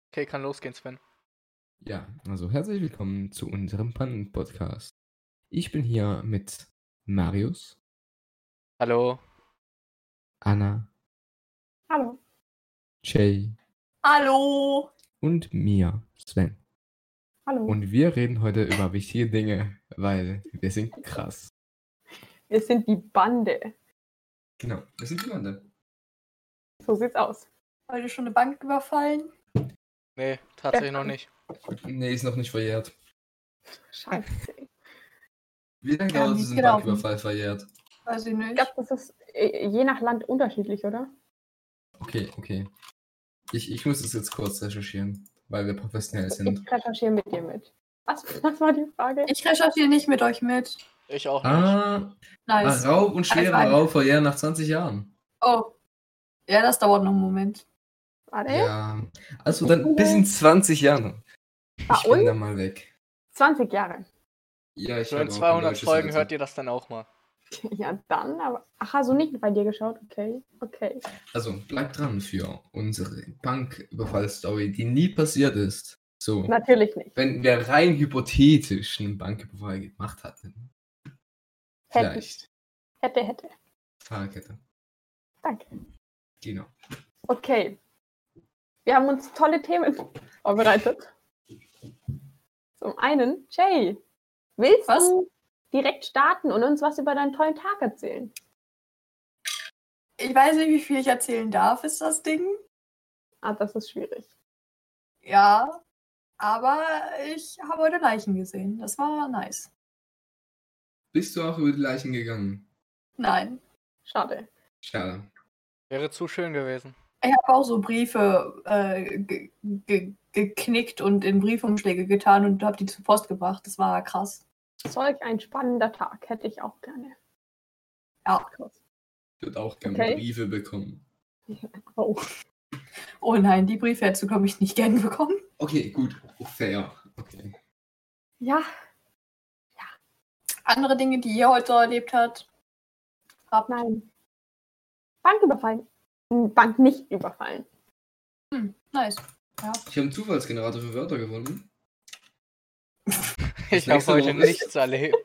Okay, kann losgehen, Sven. Ja, also herzlich willkommen zu unserem Pannen-Podcast. Ich bin hier mit Marius, Hallo. Anna, Hallo. Jay Hallo. und mir, Sven. Hallo. Und wir reden heute über wichtige Dinge, weil wir sind krass. Wir sind die Bande. Genau, wir sind jemanden. So sieht's aus. Heute schon eine Bank überfallen? Nee, tatsächlich noch nicht. Nee, ist noch nicht verjährt. Scheiße. Wie lange Ja, dauert wie es, ein gelaufen? Banküberfall verjährt? Weiß ich Ich nicht. glaube, das ist je nach Land unterschiedlich, oder? Okay. Ich muss das jetzt kurz recherchieren, weil wir professionell sind. Ich recherchiere mit dir mit. Was war die Frage? Ich recherchiere nicht mit euch mit. Ich auch nicht. Nice. Raub und schwerer High five. Raub verjähren nach 20 Jahren. Oh. Ja, das dauert noch einen Moment. Warte. Ja, also dann bis in 20 Jahren. Bei Ich bin uns? da mal weg. 20 Jahre. Ja, So in habe auch 200 deutsches Folgen Alter. hört ihr das dann auch mal. Ja, dann, aber. Ach, hast du nicht bei dir geschaut? Okay. Also bleibt dran für unsere Banküberfall-Story, die nie passiert ist. So, Natürlich nicht. wenn wir rein hypothetisch einen Banküberfall gemacht hatten. Vielleicht. Hätte. Fahrradkette. Danke. Genau. Okay. Wir haben uns tolle Themen vorbereitet. Zum einen, Jay, willst Was? du direkt starten und uns was über deinen tollen Tag erzählen? Ich weiß nicht, wie viel ich erzählen darf, ist das Ding. Ah, das ist schwierig. Ja, aber ich habe heute Leichen gesehen. Das war nice. Bist du auch über die Leichen gegangen? Nein. Schade. Schade. Wäre zu schön gewesen. Ich habe auch so Briefe geknickt und in Briefumschläge getan und habe die zur Post gebracht. Das war krass. Solch ein spannender Tag hätte ich auch gerne. Ja. Ich würde auch gerne Okay. Briefe bekommen. Oh. Oh nein, die Briefe hättest du, glaube ich, nicht gern bekommen. Okay, gut. Fair. Okay. Ja, Andere Dinge, die ihr heute erlebt habt. nein. Bank überfallen. Bank nicht überfallen. Nice. Ich habe einen Zufallsgenerator für Wörter gewonnen. Ich habe nächste heute Woche- nichts erlebt.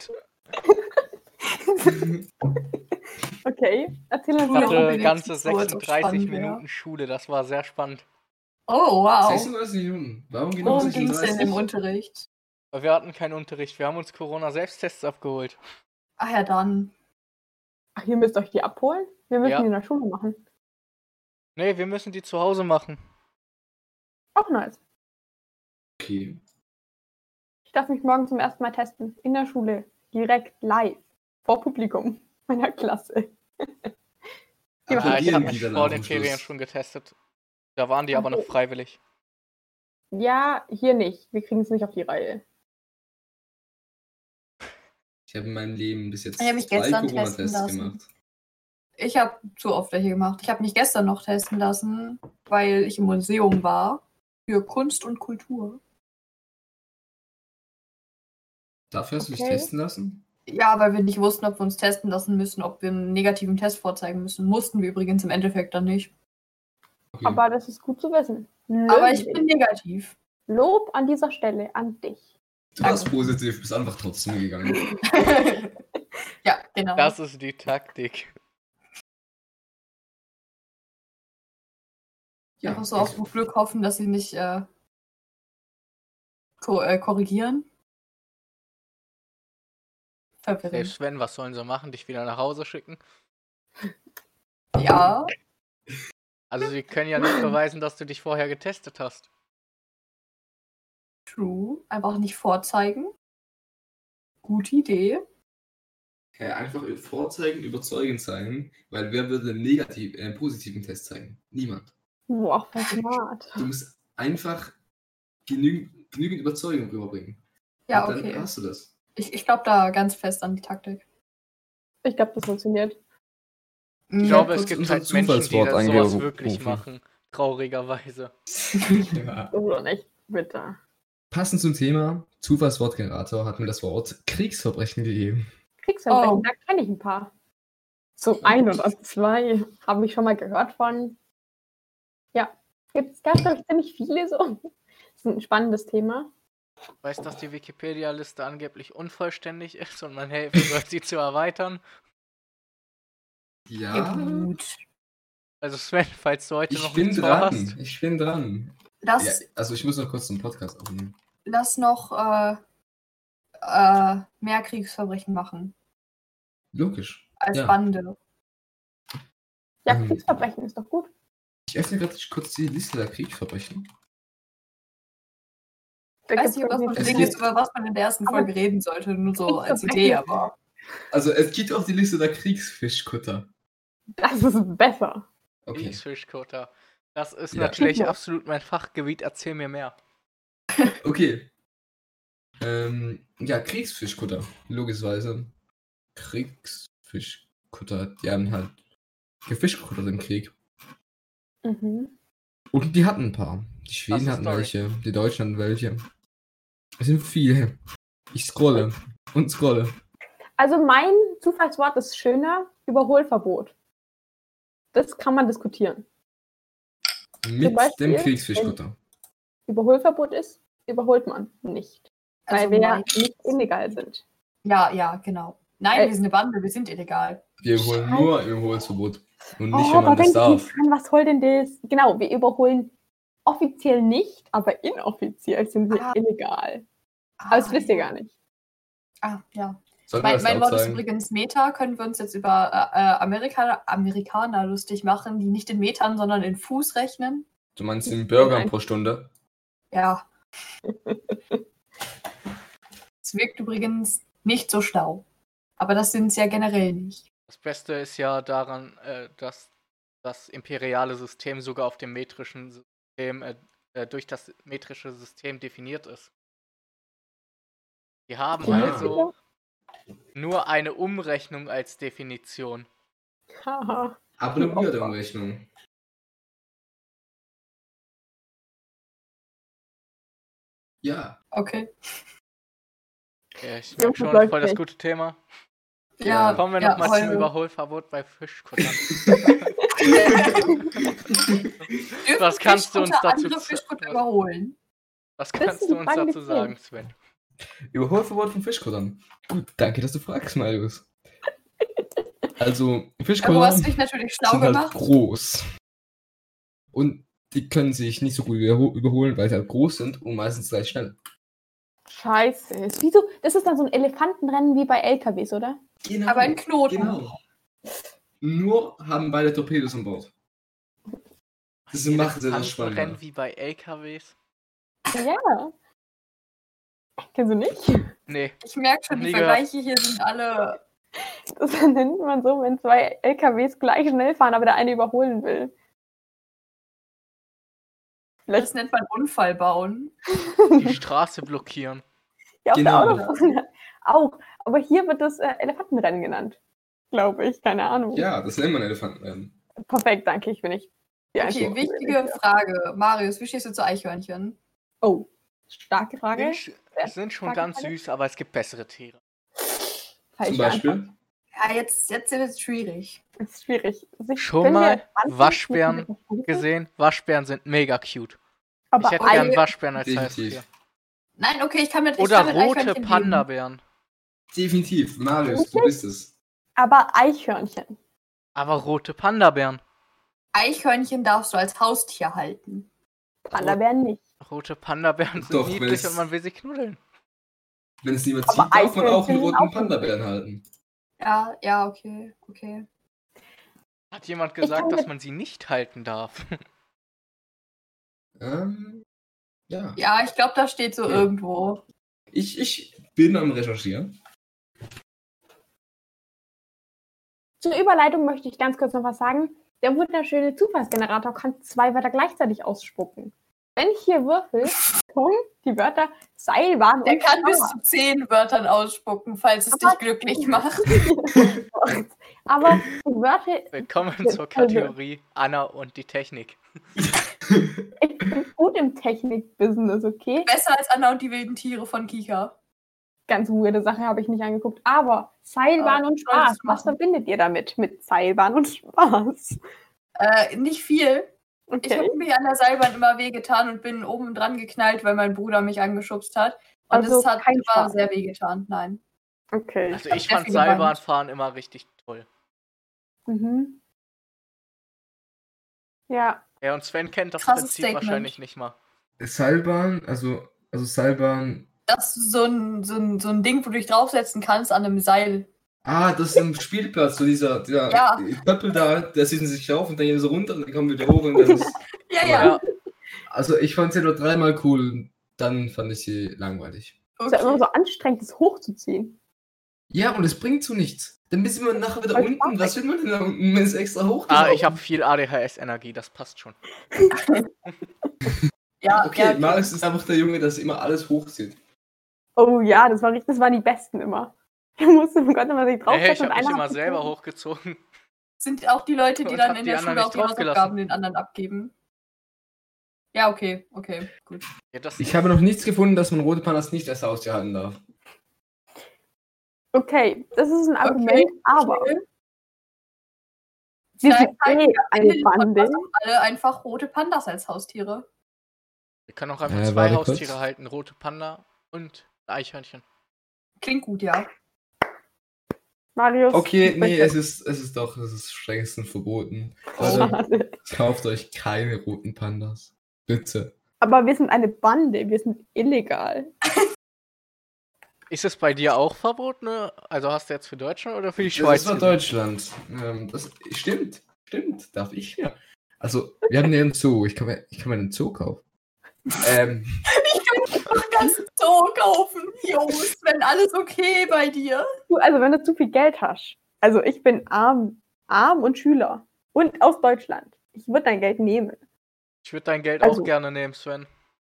Okay, erzähl uns Ich Ja, mal. hatte wenigstens ganze so, als ob 36 spannend wäre. Minuten Schule. Das war sehr spannend. Oh, wow. 36 Minuten. Warum genau Worum ging es denn 36? im Unterricht? Aber wir hatten keinen Unterricht. Wir haben uns Corona-Selbsttests abgeholt. Ach ja, dann. Ach, ihr müsst euch die abholen? Wir müssen Ja. die in der Schule machen. Nee, wir müssen die zu Hause machen. Auch nice. Okay. Ich darf mich morgen zum ersten Mal testen. In der Schule. Direkt live. Vor Publikum meiner Klasse. Ja, Ja, ich dir habe mich wieder vor nach den dem Ferien Schluss. schon getestet. Da waren die aber noch Okay. freiwillig. Ja, hier nicht. Wir kriegen es nicht auf die Reihe. Ich habe in meinem Leben bis jetzt Ich habe mich 2 gestern testen Corona-Tests lassen. gemacht. Ich habe zu oft welche gemacht. Ich habe mich gestern noch testen lassen, weil ich im Museum war. Für Kunst und Kultur. Dafür hast du dich Okay. testen lassen? Ja, weil wir nicht wussten, ob wir uns testen lassen müssen, ob wir einen negativen Test vorzeigen müssen. Mussten wir übrigens im Endeffekt dann nicht. Okay. Aber das ist gut zu wissen. Aber ich Löblich. bin negativ. Lob an dieser Stelle an dich. du warst positiv, bist einfach trotzdem gegangen. Ja, genau. Das ist die Taktik. Ja, Einfach so auf gut Glück hoffen, dass sie nicht korrigieren. Hey Verwirrend. Sven, was sollen sie machen? Dich wieder nach Hause schicken? Ja, Also sie können ja nicht beweisen, dass du dich vorher getestet hast. true. Einfach nicht vorzeigen. Gute Idee. Einfach vorzeigen, überzeugend sein, weil wer würde einen positiven Test zeigen? Niemand. Boah, voll smart. Du musst einfach genügend Überzeugung rüberbringen. Ja, Und dann okay. hast du das. Ich glaube da ganz fest an die Taktik. Ich glaube, das funktioniert. Ich glaube, es kurz gibt unser halt Menschen, die Zufallswort das sowas angerufen. wirklich machen. Traurigerweise. Ja. Oder nicht? Bitte. Passend zum Thema Zufallswortgenerator hat mir das Wort Kriegsverbrechen gegeben. Kriegsverbrechen, Oh. da kenne ich ein paar. So ein oder zwei habe ich schon mal gehört von. Ja, Es gab, glaube ich, ziemlich viele so. Das ist ein spannendes Thema. Ich weiß, dass die Wikipedia-Liste angeblich unvollständig ist und man helfen soll, sie zu erweitern. Ja, Gut. Also Sven, falls du heute ich noch bin nichts dran. vorhast. Ich bin dran. Lass, Ja, also ich muss noch kurz den Podcast aufnehmen. lass noch mehr Kriegsverbrechen machen. Logisch. Als Ja. Bande. Ja, Ähm. Kriegsverbrechen ist doch gut. Ich öffne gerade kurz die Liste der Kriegsverbrechen. Da Ich weiß gibt's nicht, ob das doch noch Es Ding gibt- ist, über was man in der ersten Aber- Folge reden sollte, nur so als Kriegsverbrechen Idee, ist- aber. Also es gibt auch die Liste der Kriegsfischkutter. Das ist besser. Okay. Kriegsfischkutter. Das ist Ja. natürlich Super. absolut mein Fachgebiet. Erzähl mir mehr. Okay. Ja, Kriegsfischkutter. Logischerweise. Kriegsfischkutter. Die haben halt gefischkuttert im Krieg. Mhm. Und die hatten ein paar. Die Schweden ist hatten Story. welche. Die Deutschen hatten welche. Es sind viele. Ich scrolle. Und scrolle. Also mein Zufallswort ist schöner Überholverbot. Das kann man diskutieren. Mit Beispiel, dem Kriegsfischkutter. Überholverbot ist, überholt man nicht. Weil wir mein- nicht illegal sind. Ja, genau. Nein, Äh. wir sind eine Bande, wir sind illegal. Wir überholen nur im Überholverbot. Und nicht, Oh, wenn man aber das denk darf. nicht dran, was soll denn das? Genau, wir überholen offiziell nicht, aber inoffiziell sind wir Ah. illegal. Aber das wisst ihr gar nicht. Ja. Sollen wir das Mein laut Wort ist sagen? übrigens Meter. Können wir uns jetzt über Amerikaner lustig machen, die nicht in Metern, sondern in Fuß rechnen? Du meinst den Burger Nein. pro Stunde? Ja. Es wirkt übrigens nicht so schlau. Aber das sind es ja generell nicht. Das Beste ist ja daran, dass das imperiale System sogar auf dem metrischen System, durch das metrische System definiert ist. Die haben Ja. also nur eine Umrechnung als Definition. Haha. Aber eine weirde Umrechnung. Ja. Okay. Ja, ich Jungs, merke das schon, läuft voll das nicht. gute Thema. Ja, Kommen wir ja, nochmal zum Holme. Überholverbot bei Fischkuttern. Dürfen Was kannst du uns Fischkutter dazu andere z- Fischkutter was- überholen? Was Das kannst sind du die uns spannenden dazu sagen, Themen. Sven? Überholverbot von Fischkuttern. Gut, danke, dass du fragst, Marius. Also, Du Fischkutter hast dich natürlich schlau sind halt gemacht. groß. Und die können sich nicht so gut überholen, weil sie halt groß sind und meistens gleich schnell. Scheiße. Wieso? Das ist dann so ein Elefantenrennen wie bei LKWs, oder? Genau. Aber ein Knoten. Genau. Nur haben beide Torpedos an Bord. Das macht sehr das spannender. Rennen wie bei LKWs? Ja. Kennst du nicht? Nee. Ich merke schon, die Nie Vergleiche hier sind alle. Das nennt man so, wenn zwei LKWs gleich schnell fahren, aber der eine überholen will. Vielleicht Das nennt man Unfall bauen. Die Straße blockieren. ja auf Genau. der Autobahn. Auch. Aber hier wird das Elefantenrennen genannt. Glaube ich. Keine Ahnung. Ja, das nennt man Elefantenrennen. Perfekt, danke. Ich bin nicht die Okay, Einzige. wichtige Frage. Marius, wie stehst du zu Eichhörnchen? Oh. Starke Frage. Sind schon Frage, ganz Frage? süß, aber es gibt bessere Tiere. Falsche Zum Beispiel. Ja, jetzt wird es schwierig. Antwort. Das ist schwierig. Schon Können wir mal anfangen? Waschbären Müssen wir das anfangen? Gesehen, Waschbären sind mega cute. Aber Ich hätte gern Ei- Waschbären als Definitiv. Haustier. Nein, okay, ich kann mit Oder ich kann mit rote Eichhörnchen leben. Panda-Bären. Definitiv. Marius, du bist es. aber Eichhörnchen. Aber rote Panda-Bären. Eichhörnchen darfst du als Haustier halten. Panda-Bären nicht. Rote Panda-Bären sind Doch, niedlich wenn und man will sie knuddeln. Wenn es niemand Aber sieht, darf man auch einen Eichhörnchen roten auch Panda-Bären halten. Ja, okay. Hat jemand kann gesagt, dass mit- man sie nicht halten darf? Ja. Ja, ich glaube, das steht so Ja. irgendwo. Ich bin am Recherchieren. Zur Überleitung möchte ich ganz kurz noch was sagen. Der wunderschöne Zufallsgenerator kann 2 Wörter gleichzeitig ausspucken. Wenn ich hier würfel, kommen die Wörter Seilbahn Der und kann bis Spaß. zu 10 Wörtern ausspucken, falls es Aber- dich glücklich macht. Aber die Wörter, Willkommen Ja, zur Kategorie Anna und die Technik. ich bin gut im Technik-Business, okay? Besser als Anna und die wilden Tiere von Kika. Ganz weirde Sache habe ich nicht angeguckt. Aber Seilbahn Ah, und solltest Spaß, du was machen. verbindet ihr damit? Mit Seilbahn und Spaß? Nicht viel. Ich Okay. habe mir an der Seilbahn immer wehgetan und bin oben dran geknallt, weil mein Bruder mich angeschubst hat. Und Also es hat kein immer Spaß. sehr wehgetan. Nein. Okay. Also hab ich sehr fand viel geweint. Seilbahnfahren immer richtig toll. Mhm. Ja. Ja, und Sven kennt das Krasses Prinzip Statement. wahrscheinlich nicht mal. Seilbahn, also Seilbahn. Das ist so ein Ding, wo du dich draufsetzen kannst an einem Seil. Ah, das ist ein Spielplatz, so dieser Ja. Pöppel da, der setzen sich auf und dann gehen sie runter und dann kommen wir wieder hoch und dann ist. Ja, Ja, Also ich fand sie nur 3-mal cool, dann fand ich sie langweilig. Es ist ja immer Okay. so anstrengend, das hochzuziehen. Ja, und es bringt zu nichts. Dann bist wir nachher wieder Voll unten. spaßig. Was will man denn da unten, wenn es extra hoch ich habe viel ADHS-Energie, das passt schon. Ja, Okay, ja, Marius ist einfach der Junge, der immer alles hochzieht. Oh ja, das waren die besten immer. Da musste man Gott immer sich Ich draufsetzen habe mich einer immer hat selber gezogen. hochgezogen. sind auch die Leute, die Und dann hab in die der anderen Schule auch nicht die rausgelassen. Hausaufgaben den anderen abgeben. Ja, okay, gut. Ja, das Ich habe noch nichts gefunden, dass man rote Pandas nicht als Haustier halten darf. Okay, das ist ein Argument, aber okay. wir Vielleicht sind halten eh wir eine den Bande. Podcast auch alle einfach rote Pandas als Haustiere. Wir können auch einfach zwei warte kurz. Haustiere halten, rote Panda und ein Eichhörnchen. Klingt gut, ja. Marius. Okay, ich nee, möchte- es ist strengstens verboten. Oh. Leute, Schade. kauft euch keine roten Pandas. Bitte. Aber wir sind eine Bande, wir sind illegal. Ist es bei dir auch verboten? Ne? Also hast du jetzt für Deutschland oder für die Das Schweiz? war gesagt? Deutschland. Das stimmt, darf ich ja. Also, wir haben ja einen Zoo. Ich kann mir einen Zoo kaufen. Ganz so kaufen, Jungs, wenn alles okay bei dir. Du, also wenn du zu viel Geld hast. Also ich bin arm und Schüler. Und aus Deutschland. Ich würde dein Geld nehmen. Ich würde dein Geld Also- auch gerne nehmen, Sven.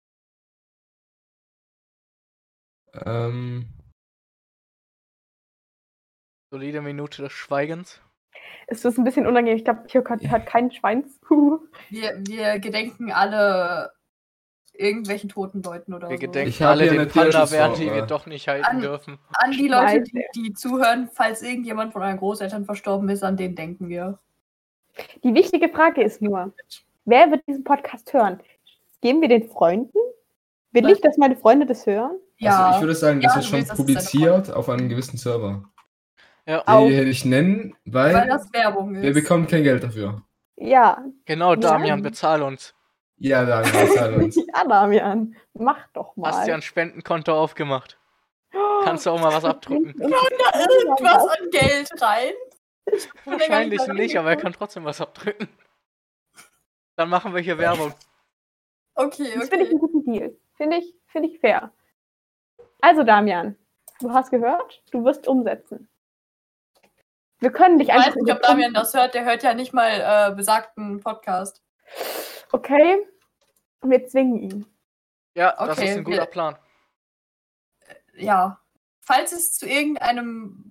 Solide Minute des Schweigens. Es ist ein bisschen unangenehm. Ich glaube, hier hört kein Schwein zu. Wir gedenken alle irgendwelchen toten Leuten oder Wir so. gedenken Ich hab alle hier den eine Panda-Bären, die Tierschutzver- wir doch nicht halten dürfen. An die Leute, Scheiße. die zuhören, falls irgendjemand von euren Großeltern verstorben ist, an den denken wir. Die wichtige Frage ist nur, wer wird diesen Podcast hören? Geben wir den Freunden? Will ich, dass meine Freunde das hören? Ja, Also ich würde sagen, das Ja, ist du schon willst, dass es deine publiziert auf einem gewissen Server. Ja, Au. Die hätte ich nennen, weil weil das Werbung ist. wir bekommen kein Geld dafür. Ja. genau, Damian, Ja. bezahl uns. Ja, Daniel, zahl uns. Ja, Damian. Mach doch mal. Hast ja ein Spendenkonto aufgemacht. Kannst du auch mal was abdrücken? Irgendwas an Geld rein. Wahrscheinlich nicht, aber er kann trotzdem was abdrücken. Dann machen wir hier Werbung. Okay, Das finde ich okay. einen guten Deal. Finde ich fair. Also, Damian, du hast gehört, du wirst umsetzen. Wir können dich Ich weiß einfach. nicht, ob Damian das hört. Der hört ja nicht mal besagten Podcast. Okay, wir zwingen ihn. Ja, das Okay, ist ein guter Plan. Ja. Falls es zu irgendeinem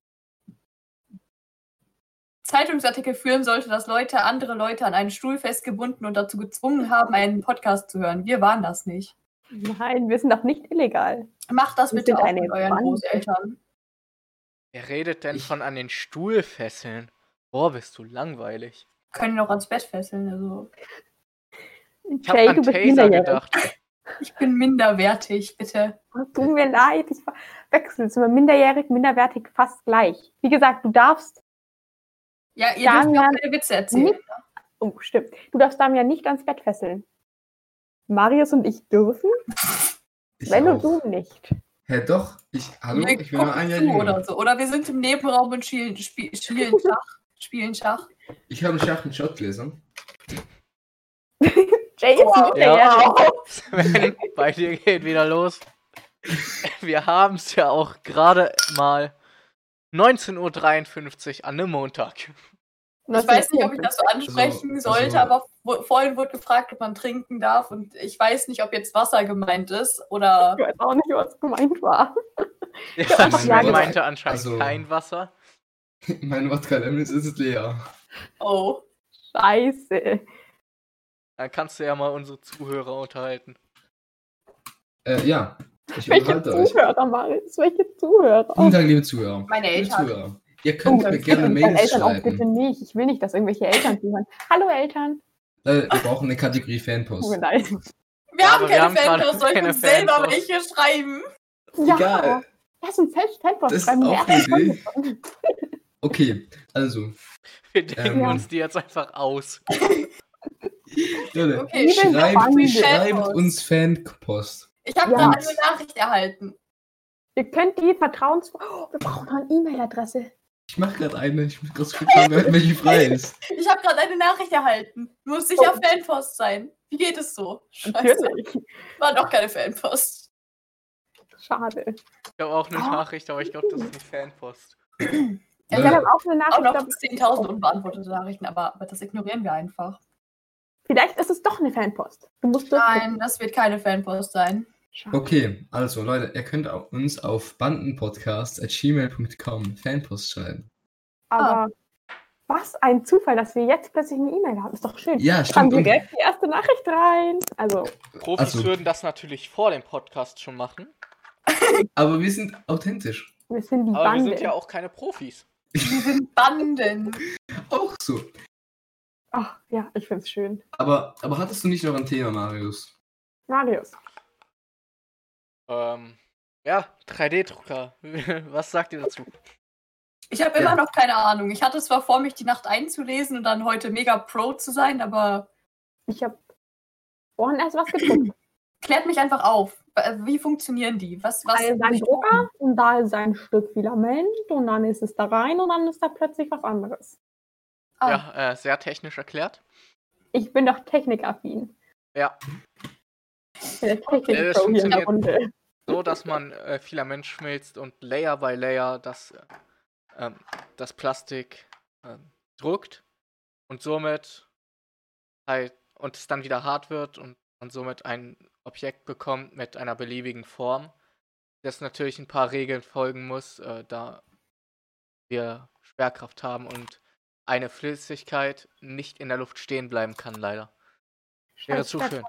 Zeitungsartikel führen sollte, dass andere Leute an einen Stuhl festgebunden und dazu gezwungen haben, einen Podcast zu hören. Wir waren das nicht. Nein, wir sind doch nicht illegal. Macht das Wir bitte sind auch eine mit euren Bande. Großeltern. Wer redet denn von an den Stuhl fesseln? Boah, bist du langweilig. Können ihn auch ans Bett fesseln. Also. Ich habe Jay, an du bist Taser minderjährig. gedacht. Ich bin minderwertig, bitte. Tut mir leid, ich wechsle zu minderjährig, minderwertig fast gleich. Wie gesagt, du darfst, Ja, ihr dürft mir auch Damian, keine Witze erzählen. oh stimmt, du darfst Damian nicht ans Bett fesseln. Marius und ich dürfen, wenn und du nicht. Hä, doch. Hallo, Wir ich bin nur gucken ein Jahr zu jünger. oder so. Oder wir sind im Nebenraum und spielen Schach. Ich habe einen Schach mit Schottgläsern. Jay ist Wow. minderjährig. Sven, bei dir geht wieder los. Wir haben es ja auch gerade mal 19:53 Uhr an einem Montag. Ich weiß nicht, ob ich das so ansprechen Also- sollte, aber vorhin wurde gefragt, ob man trinken darf. Und ich weiß nicht, ob jetzt Wasser gemeint ist oder. Ich weiß auch nicht, was gemeint war. Ja, einfach Sven sagen. meinte anscheinend Also- kein Wasser. Mein Wodka-Lemon ist leer. Oh. Scheiße. Dann kannst du ja mal unsere Zuhörer unterhalten. Ja, ich Welche unterhalte euch. Zuhörer, Marius? Welche Zuhörer? Guten Tag, liebe Zuhörer. Meine Liebe Eltern. Zuhörer. Ihr könnt mir gerne Deine Mails Eltern auch bitte schreiben. nicht. Ich will nicht, dass irgendwelche Eltern zuhören. Hallo Eltern. Wir brauchen eine Kategorie Tut mir Fanpost. leid. Wir haben aber wir keine haben gerade Fanpost, soll ich keine uns selber Fanpost. welche schreiben? Ja, Egal. lass uns selbst Fanpost Das ist schreiben. auch der eine erste Idee. Folge. Okay, also, Wir denken Ja. uns die jetzt einfach aus. Leute, Okay, Liebe schreibt Freunde. uns Fanpost. Ich habe Ja. gerade eine Nachricht erhalten. Ihr könnt die wir brauchen noch eine E-Mail-Adresse. Ich mache gerade eine, ich muss kurz schauen, welche frei ist. Ich habe gerade eine Nachricht erhalten. Muss sicher Fanpost sein. Wie geht es so? Scheiße. Natürlich. War doch keine Fanpost. Schade. Ich habe auch eine Ah. Nachricht, aber ich glaube, das ist nicht Fanpost. Ich Ja. habe auch eine Auch Nachricht. noch 10.000 unbeantwortete Nachrichten, aber das ignorieren wir einfach. Vielleicht ist es doch eine Fanpost. Du musst Nein, das wird keine Fanpost sein. Schade. Okay, also Leute, ihr könnt uns auf bandenpodcast@gmail.com Fanpost schreiben. Aber was ein Zufall, dass wir jetzt plötzlich eine E-Mail haben. Ist doch schön. Ja, Schreiben stimmt. wir Und, direkt die erste Nachricht rein. Also, Profis Also- würden das natürlich vor dem Podcast schon machen, aber wir sind authentisch. wir sind die aber Bande. wir sind ja auch keine Profis. Wir sind Banden. Auch so. Ach, ja, ich find's schön. Aber hattest du nicht noch ein Thema, Marius? Marius. Ja, 3D-Drucker. Was sagt ihr dazu? Ich habe immer noch keine Ahnung. Ich hatte zwar vor, mich die Nacht einzulesen und dann heute mega Pro zu sein, aber Ich habe vorhin erst was gedruckt. klärt mich einfach auf. Wie funktionieren die? Was Da ist ein muss ich Drucker und da ist ein Stück Filament und dann ist es da rein und dann ist da plötzlich was anderes. Ah. Ja, sehr technisch erklärt. Ich bin doch technikaffin. Ja, Der das Technik-Pro hier in der funktioniert. Runde. so, dass man Filament schmilzt und Layer by Layer das Plastik druckt und somit halt und es dann wieder hart wird und man somit ein Objekt bekommt mit einer beliebigen Form, das natürlich ein paar Regeln folgen muss, da wir Schwerkraft haben und eine Flüssigkeit nicht in der Luft stehen bleiben kann, leider. Wäre zu schön.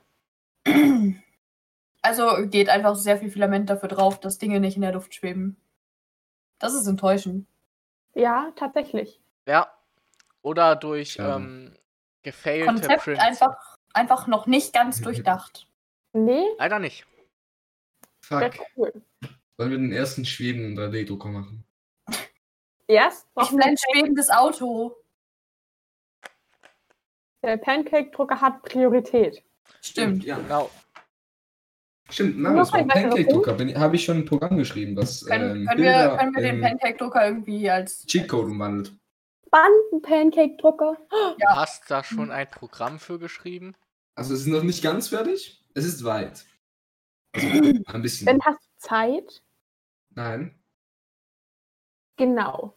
Also geht einfach sehr viel Filament dafür drauf, dass Dinge nicht in der Luft schweben. Das ist enttäuschend. Ja, tatsächlich. Ja. Oder durch Schade. gefailte Konzept Prints. einfach noch nicht ganz durchdacht. Nee, Leider nicht. wäre Fuck. cool. Wollen wir den ersten schwebenden 3D-Drucker machen? Erst Ich brauchen will wir ein schwebendes Auto. der Pancake-Drucker hat Priorität. Stimmt. Ja. Genau. Stimmt, Nur Marius, beim bei welcher Pancake-Drucker habe ich schon ein Programm geschrieben, was Können Bilder wir den Pancake-Drucker irgendwie als. Cheatcode umwandelt. Banden-Pancake-Drucker. Du Ja. hast da schon ein Programm für geschrieben. Also es ist noch nicht ganz fertig, es ist weit. Also ein bisschen. Dann hast du Zeit. Nein. Genau.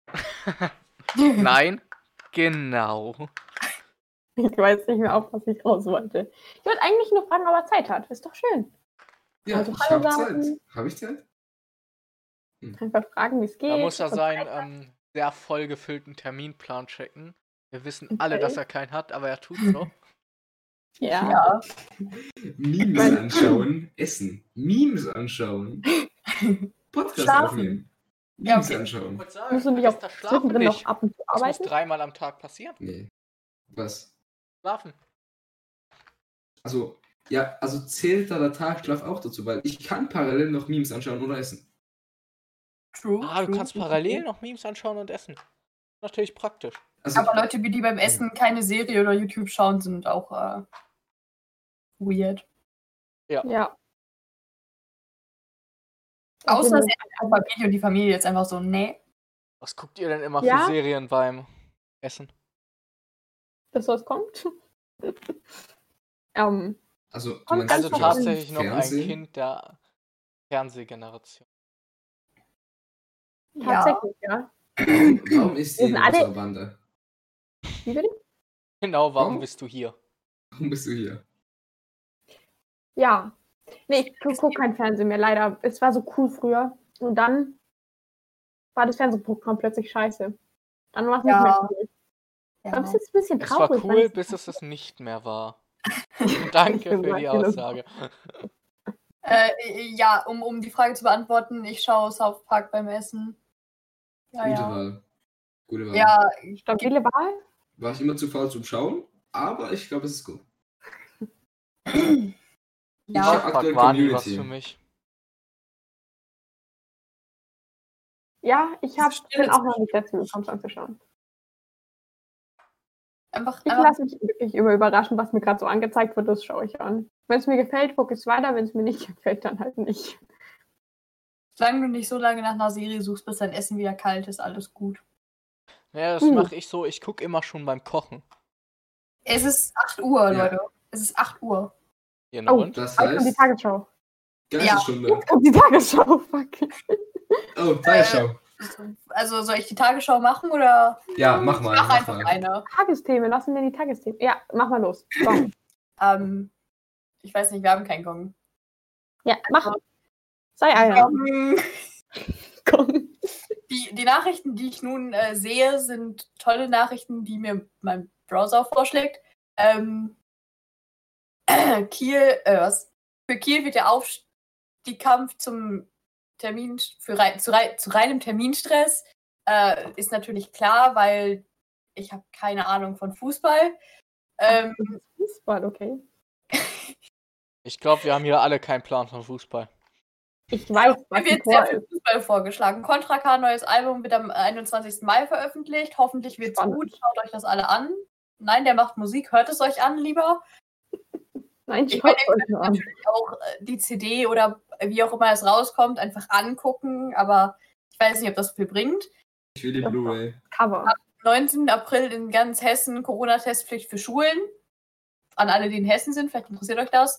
Nein, genau. Ich weiß nicht mehr, auf was ich raus wollte. Ich wollte eigentlich nur fragen, ob er Zeit hat. Ist doch schön. Ja, Also ich Hallo habe sagen. Zeit. Habe ich Zeit? Einfach fragen, wie es geht. Da muss er Und seinen sehr voll gefüllten Terminplan checken. Wir wissen alle, Okay. dass er keinen hat, aber er tut so. Ja. Ja. Memes Weil- anschauen, essen. Memes anschauen. Podcast Schlafen. aufnehmen. Ja, Memes okay. anschauen. Musst du nicht auch zwischendrin noch ab und zu Das muss arbeiten? 3-mal am Tag passieren. Nee. Was? Schlafen. Also, ja, also zählt da der Tagschlaf auch dazu, weil ich kann parallel noch Memes anschauen oder essen. True. Du true, kannst true, parallel true. noch Memes anschauen und essen. Natürlich praktisch. Also, Aber Leute, die beim Essen keine Serie oder YouTube schauen, sind auch weird. Ja. Außer sie haben eine Familie und die Familie jetzt einfach so, nee. Was guckt ihr denn immer Ja? für Serien beim Essen? Dass was kommt. also du Und meinst Also Einfach tatsächlich noch ein Fernsehen? Kind der Fernsehgeneration. Tatsächlich, ja. Warum ist Wir sie in sind alle- unserer Bande? Wie bitte? Genau, warum Oh. bist du hier? Warum bist du hier? Ja. Nee, ich gucke kein Fernsehen mehr, leider. Es war so cool früher. Und dann war das Fernsehprogramm plötzlich scheiße. Dann war es Ja. nicht mehr cool. Ja. Das ist ein bisschen Es war traurig. weil cool, es- bis es nicht mehr war. Danke für die Aussage. Ja, um die Frage zu beantworten, ich schaue South Park beim Essen. Ja, Gute ja. Wahl. Gute Wahl. Ja, Stabile Wahl? War ich immer zu faul zum Schauen, aber ich glaube, es ist gut. Ja, hab aktuell Waren die was Community. für mich? Ja, ich Diese Stille bin auch noch nicht dazu gekommen, es anzuschauen. einfach Ich lasse mich wirklich immer überraschen, was mir gerade so angezeigt wird, das schaue ich an. Wenn es mir gefällt, gucke ich es weiter, wenn es mir nicht gefällt, dann halt nicht. solange du nicht so lange nach einer Serie suchst, bis dein Essen wieder kalt ist, alles gut. Ja, das Hm. mache ich so. Ich gucke immer schon beim Kochen. Es ist 8 Uhr, Ja. Leute. Es ist 8 Uhr. Genau. Oh. Und? Das Jetzt kommt die heißt, Tagesschau. Geistesstunde. Jetzt kommt die Tagesschau, fuck. Oh, Tagesschau. Also soll ich die Tagesschau machen oder? Ja, mach mal. Mach Mach einfach mal. eine. Tagesthemen, lassen wir die Tagesthemen. Ja, mach mal los. So. Ich weiß nicht, wir haben keinen Gong. Ja, mach. Sei einer. Komm. Die Nachrichten, die ich nun sehe, sind tolle Nachrichten, die mir mein Browser vorschlägt. Kiel, was? Für Kiel wird der Aufstiegskampf zum Termin zu reinem Terminstress. Ist natürlich klar, weil ich habe keine Ahnung von Fußball. Fußball, okay. Ich glaube, wir haben hier alle keinen Plan von Fußball. Ich weiß, was Mir wird ein sehr Tor viel ist. Fußball vorgeschlagen. Contra K neues Album wird am 21. Mai veröffentlicht. Hoffentlich wird's Spannend. gut. Schaut euch das alle an. Nein, der macht Musik. Hört es euch an, lieber. Nein, Ich schaut meine, euch nur an. natürlich auch die CD oder wie auch immer es rauskommt, einfach angucken. Aber ich weiß nicht, ob das viel bringt. Ich will die Blu-ray. Cover. 19. April in ganz Hessen Corona-Testpflicht für Schulen. An alle, die in Hessen sind, vielleicht interessiert euch das.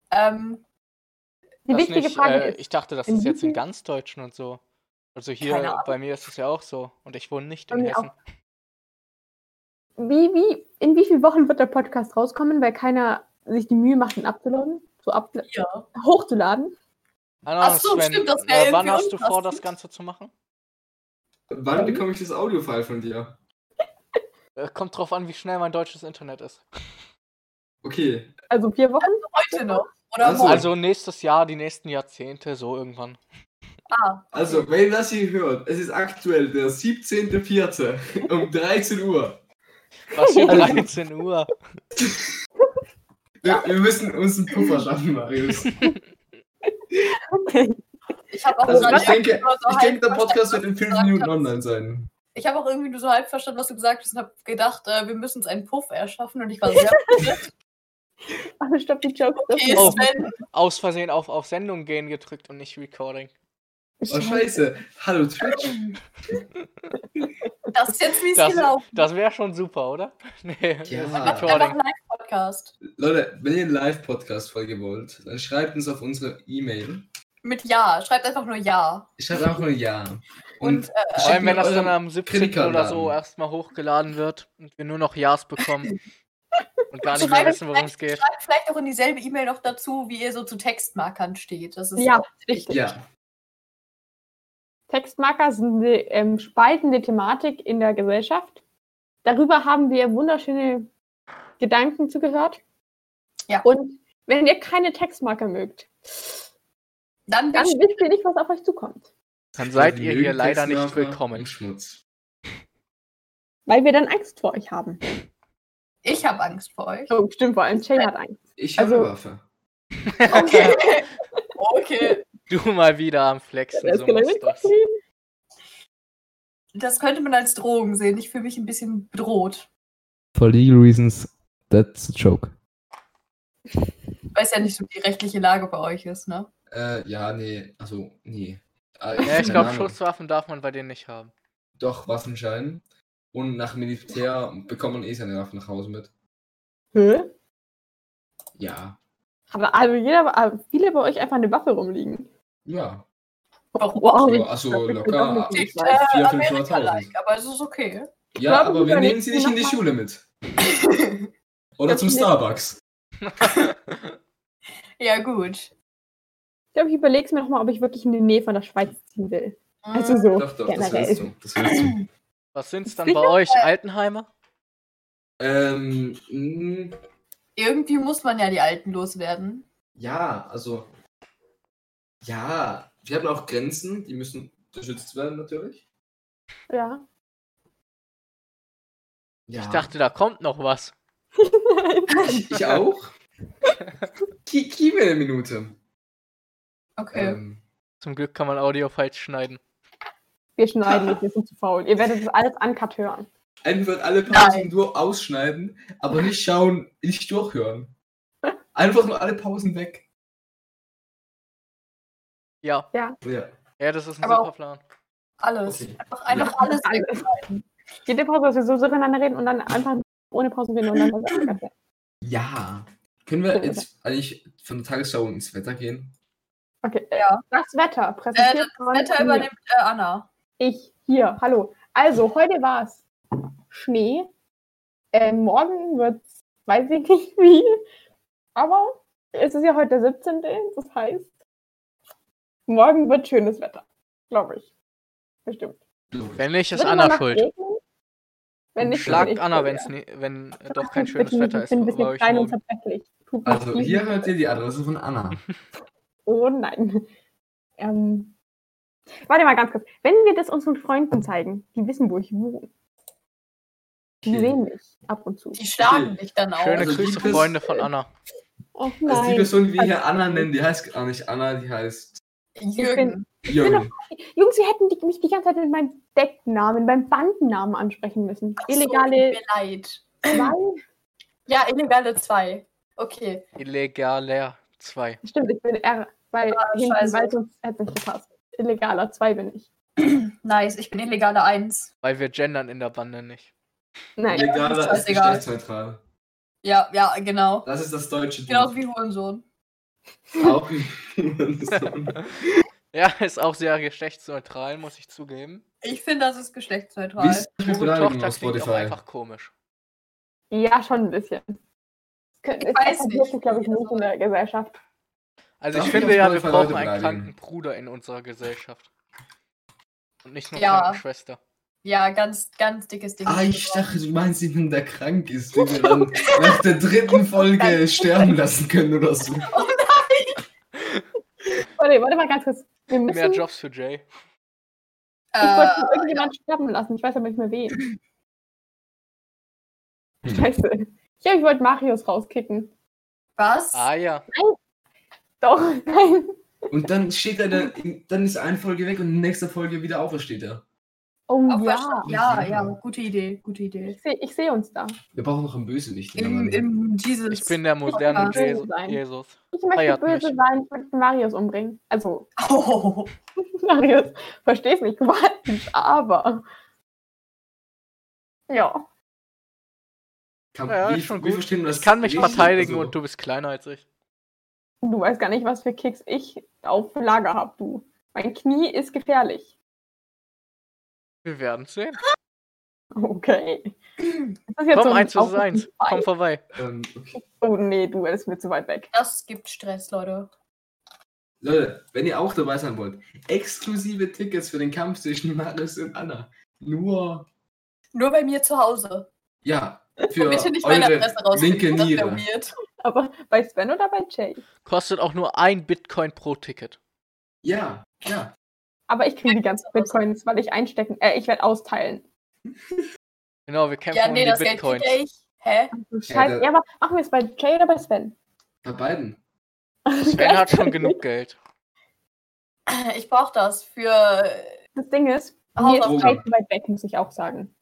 Die Das wichtige nicht, Frage ist, ich dachte, das in ist jetzt in wie viel- ganz Deutschen und so. Also Keine hier Ahnung. bei mir ist es ja auch so. Und ich wohne nicht Bei in mir Hessen. in wie vielen Wochen wird der Podcast rauskommen, weil keiner sich die Mühe macht, ihn abzuladen? Ja. Hochzuladen? Ach so, stimmt, das wär wann irgendwie hast du vor, unpassend. das Ganze zu machen? Wann bekomme ich das Audio-File von dir? Kommt drauf an, wie schnell mein deutsches Internet ist. Okay. Also 4 Wochen? Heute noch. Oder Also- morgen. Also nächstes Jahr, die nächsten Jahrzehnte, so irgendwann. Also, wenn ihr das hier hört, es ist aktuell der 17.04. um 13 Uhr. Was für Also- 13 Uhr. Wir müssen uns einen Puffer schaffen, Marius. Okay. Ich habe auch, Also, gerade ich denke, nur so ich denke, der halb Podcast wird in 5 verstanden, was du Minuten gesagt hast. online sein. Ich habe auch irgendwie nur so halb verstanden, was du gesagt hast und habe gedacht, wir müssen uns einen Puff erschaffen und ich war sehr verwirrt. Ach, stopp, die Jokes. Okay, Oh. Sven, Aus Versehen auf Sendung gehen gedrückt und nicht Recording. Oh, scheiße. Hallo, Twitch. das ist jetzt, wie es Das, gelaufen das wäre schon super, oder? Nee, Ja. das ist ist. Einfach Recording. ein Live-Podcast. Leute, wenn ihr eine Live-Podcast-Folge wollt, dann schreibt uns auf unsere E-Mail. Mit Ja. Schreibt einfach nur Ja. Schreibt einfach nur Ja. Und, Vor schickt allem, wenn mir das dann euren am 17. Kreditkartendaten. oder so erstmal hochgeladen wird und wir nur noch Ja's bekommen und gar nicht Schreibt mehr wissen, worum es geht. Schreibt vielleicht auch in dieselbe E-Mail noch dazu, wie ihr so zu Textmarkern steht. Das ist Ja, auch richtig. Ja. Textmarker sind eine spaltende Thematik in der Gesellschaft. Darüber haben wir wunderschöne Gedanken zugehört. Ja. Und wenn ihr keine Textmarker mögt, Dann dann wisst ihr nicht, was auf euch zukommt. Dann seid Wir ihr mögen hier leider nicht Textmarker willkommen. und Schmutz. Weil wir dann Angst vor euch haben. ich habe Angst vor euch. Oh, stimmt, vor allem Jay hat Angst. Ich habe Also- eine Waffe. Okay. Okay. Du mal wieder am Flexen, Das so muss das. Das könnte man als Drohung sehen. Ich fühle mich ein bisschen bedroht. For legal reasons, that's a joke. Ich weiß ja nicht, so die rechtliche Lage bei euch ist, ne? Ja, nee. Also, nee. Ja, ich Keine glaube, Ahnung. Schusswaffen darf man bei denen nicht haben. Doch, Waffenschein. Und nach Militär bekommt man seine Waffen nach Hause mit. Hä? Ja. Aber also viele bei euch einfach eine Waffe rumliegen. Ja. Wow, Ja, also ich- locker ich- Klingt 400.000, Amerika-like, aber es ist okay. Ja, glaube, aber wir wir nehmen sie nicht in die noch mal- Schule mit. Oder Das zum ist- Starbucks. Ja, gut. Ich glaube, ich überlege es mir nochmal, ob ich wirklich in die Nähe von der Schweiz ziehen will. Also so Doch, das willst generell. du. Das willst du. Was sind's dann Sicher? bei euch? Altenheimer? Irgendwie muss man ja die Alten loswerden. Ja, also. Ja, wir haben auch Grenzen, die müssen geschützt werden natürlich. Ja. Ja. Ich dachte, da kommt noch was. Ich auch. Gib mir eine Minute. Okay. Zum Glück kann man Audio-Files schneiden. Wir schneiden nicht, wir sind zu faul. Ihr werdet das alles uncut hören. Einfach alle Pausen nur ausschneiden, aber nicht schauen, nicht durchhören. Einfach nur alle Pausen weg. Ja. Ja. Ja, das ist ein Aber super auch- Plan. Alles. Okay. Einfach Ja. alles Alles. wegschneiden. Jede Pause, dass wir so durcheinander reden und dann einfach ohne Pause reden und dann was anderes. Ja. Können wir jetzt eigentlich von der Tagesschau ins Wetter gehen? Okay, Ja. das Wetter präsentiert Das Wetter von übernimmt Anna. ich hier. Hallo. Also, heute war es Schnee. Morgen wird es, weiß ich nicht wie, aber es ist ja heute der 17. Das heißt, morgen wird schönes Wetter. Glaube ich. Bestimmt. Wenn nicht, ist Wird Anna immer noch schuld. regnen? Wenn nicht, Schlagt bin ich Anna, schuld, wenn ja. doch kein Bitte schönes nicht, Wetter ich ist bin ein bei bisschen euch klein und morgen. zerbrechlich. Tut mir Also viel hier leid. hört ihr die Adresse von Anna. Oh nein. Warte mal ganz kurz. Wenn wir das unseren Freunden zeigen, die wissen, wo ich wohne. Die Okay. sehen mich ab und zu. Die schlagen dich dann auch. Schöne Also Grüße, liebes- Freunde von Anna. Oh Also die nein. Person, die wir hier Anna nennen, die heißt gar nicht Anna, die heißt Jürgen. Jürgen. Jungs, wir hätten mich die ganze Zeit mit meinem Decknamen, beim Bandennamen ansprechen müssen. Ach so, Illegale tut mir leid. 2. Ja, illegale 2. Okay. Illegaler 2. Stimmt, ich bin R, weil hinten, scheiße. weil sonst hätte es nicht gepasst. Illegaler 2 bin ich. Nice. Ich bin illegale 1. Weil wir gendern in der Bande nicht. Nein. Legaler ist scheißegal. geschlechtsneutral. Ja, genau. Das ist das deutsche Genauso wie Hurensohn. Auch wie Ja, ist auch sehr geschlechtsneutral, muss ich zugeben. Ich finde, das ist geschlechtsneutral. Wie ist das mit Pure Beleidigung Tochter auf klingt auch Spotify? einfach komisch. Ja, schon ein bisschen. Ich weiß nicht. glaube ich, nicht in der Gesellschaft. Also Darf ich ich finde auf ja, wir Spotify brauchen Leute einen beleidigen? kranken Bruder in unserer Gesellschaft. Und nicht nur Ja. Krankenschwester. Ja, ganz, ganz dickes Ding. Ah, ich dachte, du meinst jemanden, der krank ist, den wir dann nach der 3. Folge sterben lassen können oder so. Warte mal ganz kurz. Wir müssen, Mehr Jobs für Jay. ich wollte irgendjemand sterben lassen. Ich weiß aber nicht mehr wen. Scheiße. Ich wollte Marius rauskicken. Was? Ah ja. Doch, nein. Und dann steht er da, dann ist eine Folge weg und in nächster Folge wieder aufersteht er. Oh Auf ja. ja, gute Idee, gute Idee. Ich seh uns da. Wir brauchen noch einen Bösewicht. in der Bande. Im Jesus. Ich bin der moderne Ja. Jesus. Ich möchte Feiert böse mich. sein. Ich möchte Marius umbringen. Also, Oh, Marius, versteh's nicht falsch, aber. Ja. Ja, wie, ist schon wie gut. verstehen wir das Ich kann mich richtig? verteidigen Also, und du bist kleiner als ich. Du weißt gar nicht, was für Kicks ich auf Lager habe, du. Mein Knie ist gefährlich. Wir werden sehen. Okay. Das ist jetzt Komm, so ein 1 vs 1. Fight. Komm vorbei. okay. Oh nee, du, das ist mir zu weit weg. das gibt Stress, Leute. Leute, wenn ihr auch dabei sein wollt, exklusive Tickets für den Kampf zwischen Marius und Anna. Nur, Nur bei mir zu Hause. ja, für Bitte nicht meine eure Adresse rausfinden. linke Das wäre Niere. weird. Aber bei Sven oder bei Jay? Kostet auch nur 1 Bitcoin pro Ticket. Ja. Aber ich kriege die ganzen Bitcoins, weil ich ich werde austeilen. Genau, wir kämpfen Ja, um nee, die das Geld Bitcoins. kriege ich. Hä? Scheiße. Ja, aber machen wir es bei Jay oder bei Sven? Bei beiden. Sven hat schon genug Geld. Ich brauche das für. Das Ding ist, mir ist Hausaufgaben. Jay zu weit weg, muss ich auch sagen.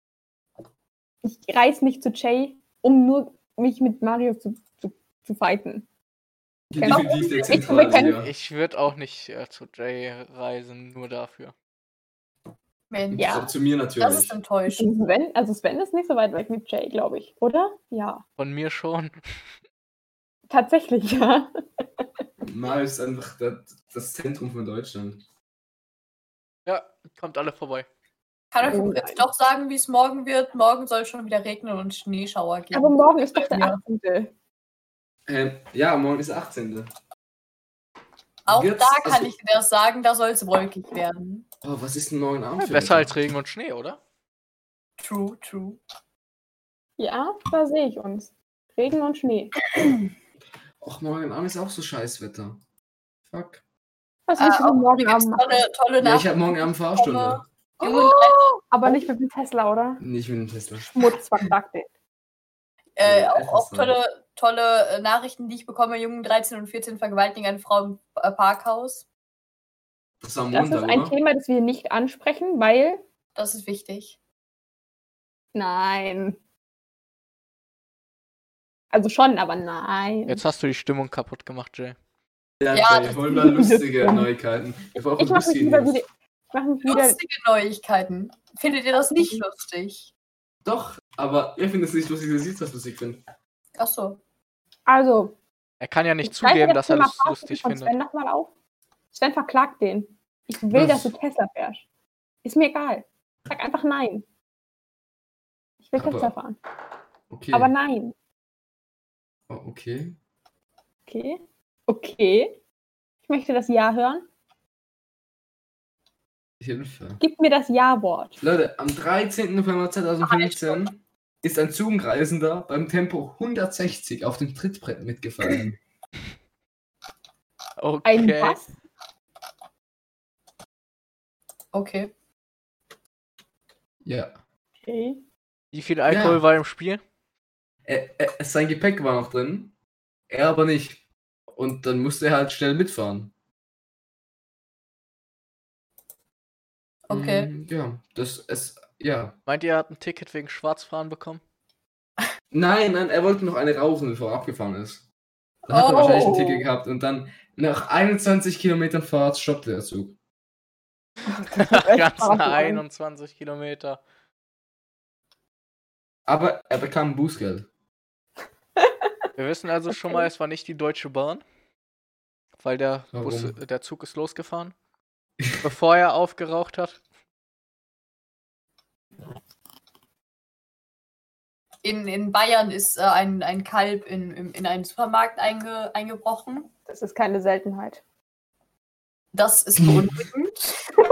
Ich reise nicht zu Jay, um nur mich mit Mario zu fighten. Genau. Definitiv der wir zentrale können- ja. Ich würde auch nicht zu Jay reisen, nur dafür. Mensch, Ja. Auch zu mir das ist natürlich. enttäuschend. Sven ist nicht so weit weg mit Jay, glaube ich, oder? Ja. Von mir schon. Tatsächlich, ja. Marius ist einfach das Zentrum von Deutschland. Ja, kommt alle vorbei. Kann Oh ich jetzt doch sagen, wie es morgen wird? Morgen soll es schon wieder regnen und Schneeschauer geben. Aber morgen ist doch der Ja. 18. Ja, morgen ist der 18. Auch Wird's- da kann also- ich dir das sagen, da soll es wolkig werden. Oh, was ist denn morgen Abend? für Besser als Wetter? Regen und Schnee, oder? True, true. Ja, da sehe ich uns. Regen und Schnee. Och, morgen Abend ist auch so scheiß Wetter. Fuck. Was willst du denn morgen Gibt's Abend machen? tolle Ja, Nacht. ich habe morgen Abend Fahrstunde. Aber nicht mit dem Tesla, oder? Nicht mit dem Tesla. Schmutz, verdackt. Auch tolle Nachrichten, die ich bekomme. Jungen 13 und 14 vergewaltigen eine Frau im Parkhaus. Das ist am Das Montag, ist ein oder? Thema, das wir nicht ansprechen, weil. Das ist wichtig. Nein. Also schon, aber nein. Jetzt hast du die Stimmung kaputt gemacht, Jay. Ja, Ja, Jay, hol mal lustige das- Neuigkeiten. Ich brauche Ich mache mich lustige News. wieder. Lustige Neuigkeiten. Findet ihr das nicht lustig? Doch, aber ihr findet es nicht lustig, du siehst, was lustig finde. Achso. Also. Er kann ja nicht ich greife zugeben, das dass er Thema das Fahrstuhl lustig von findet. Sven nochmal auf. Sven verklagt den. Ich will, dass du Tesla fährst. Ist mir egal. Sag einfach nein. Ich will Aber- Tesla fahren. Okay. Aber nein. Oh, okay. Okay. Okay. Ich möchte das Ja hören. Hilfe. Gib mir das Ja-Wort. Leute, am 13. November 2015 ist ein Zugreisender beim Tempo 160 auf dem Trittbrett mitgefallen. Ein Okay. was? Okay. Ja. Okay. Wie viel Alkohol Ja. war im Spiel? Sein Gepäck war noch drin, er aber nicht. Und dann musste er halt schnell mitfahren. Okay. Ja. Meint ihr, er hat ein Ticket wegen Schwarzfahren bekommen? Nein, er wollte noch eine rauchen, bevor er abgefahren ist. Dann hat er Oh. wahrscheinlich ein Ticket gehabt und dann nach 21 Kilometern Fahrt stoppte der Zug. Ganz Spaß, 21 Kilometer. Aber er bekam Bußgeld. Wir wissen also schon mal, es war nicht die Deutsche Bahn. Weil der Warum? der Zug ist losgefahren. Bevor er aufgeraucht hat. In Bayern ist ein Kalb in einen Supermarkt eingebrochen. Das ist keine Seltenheit. Das ist beunruhigend.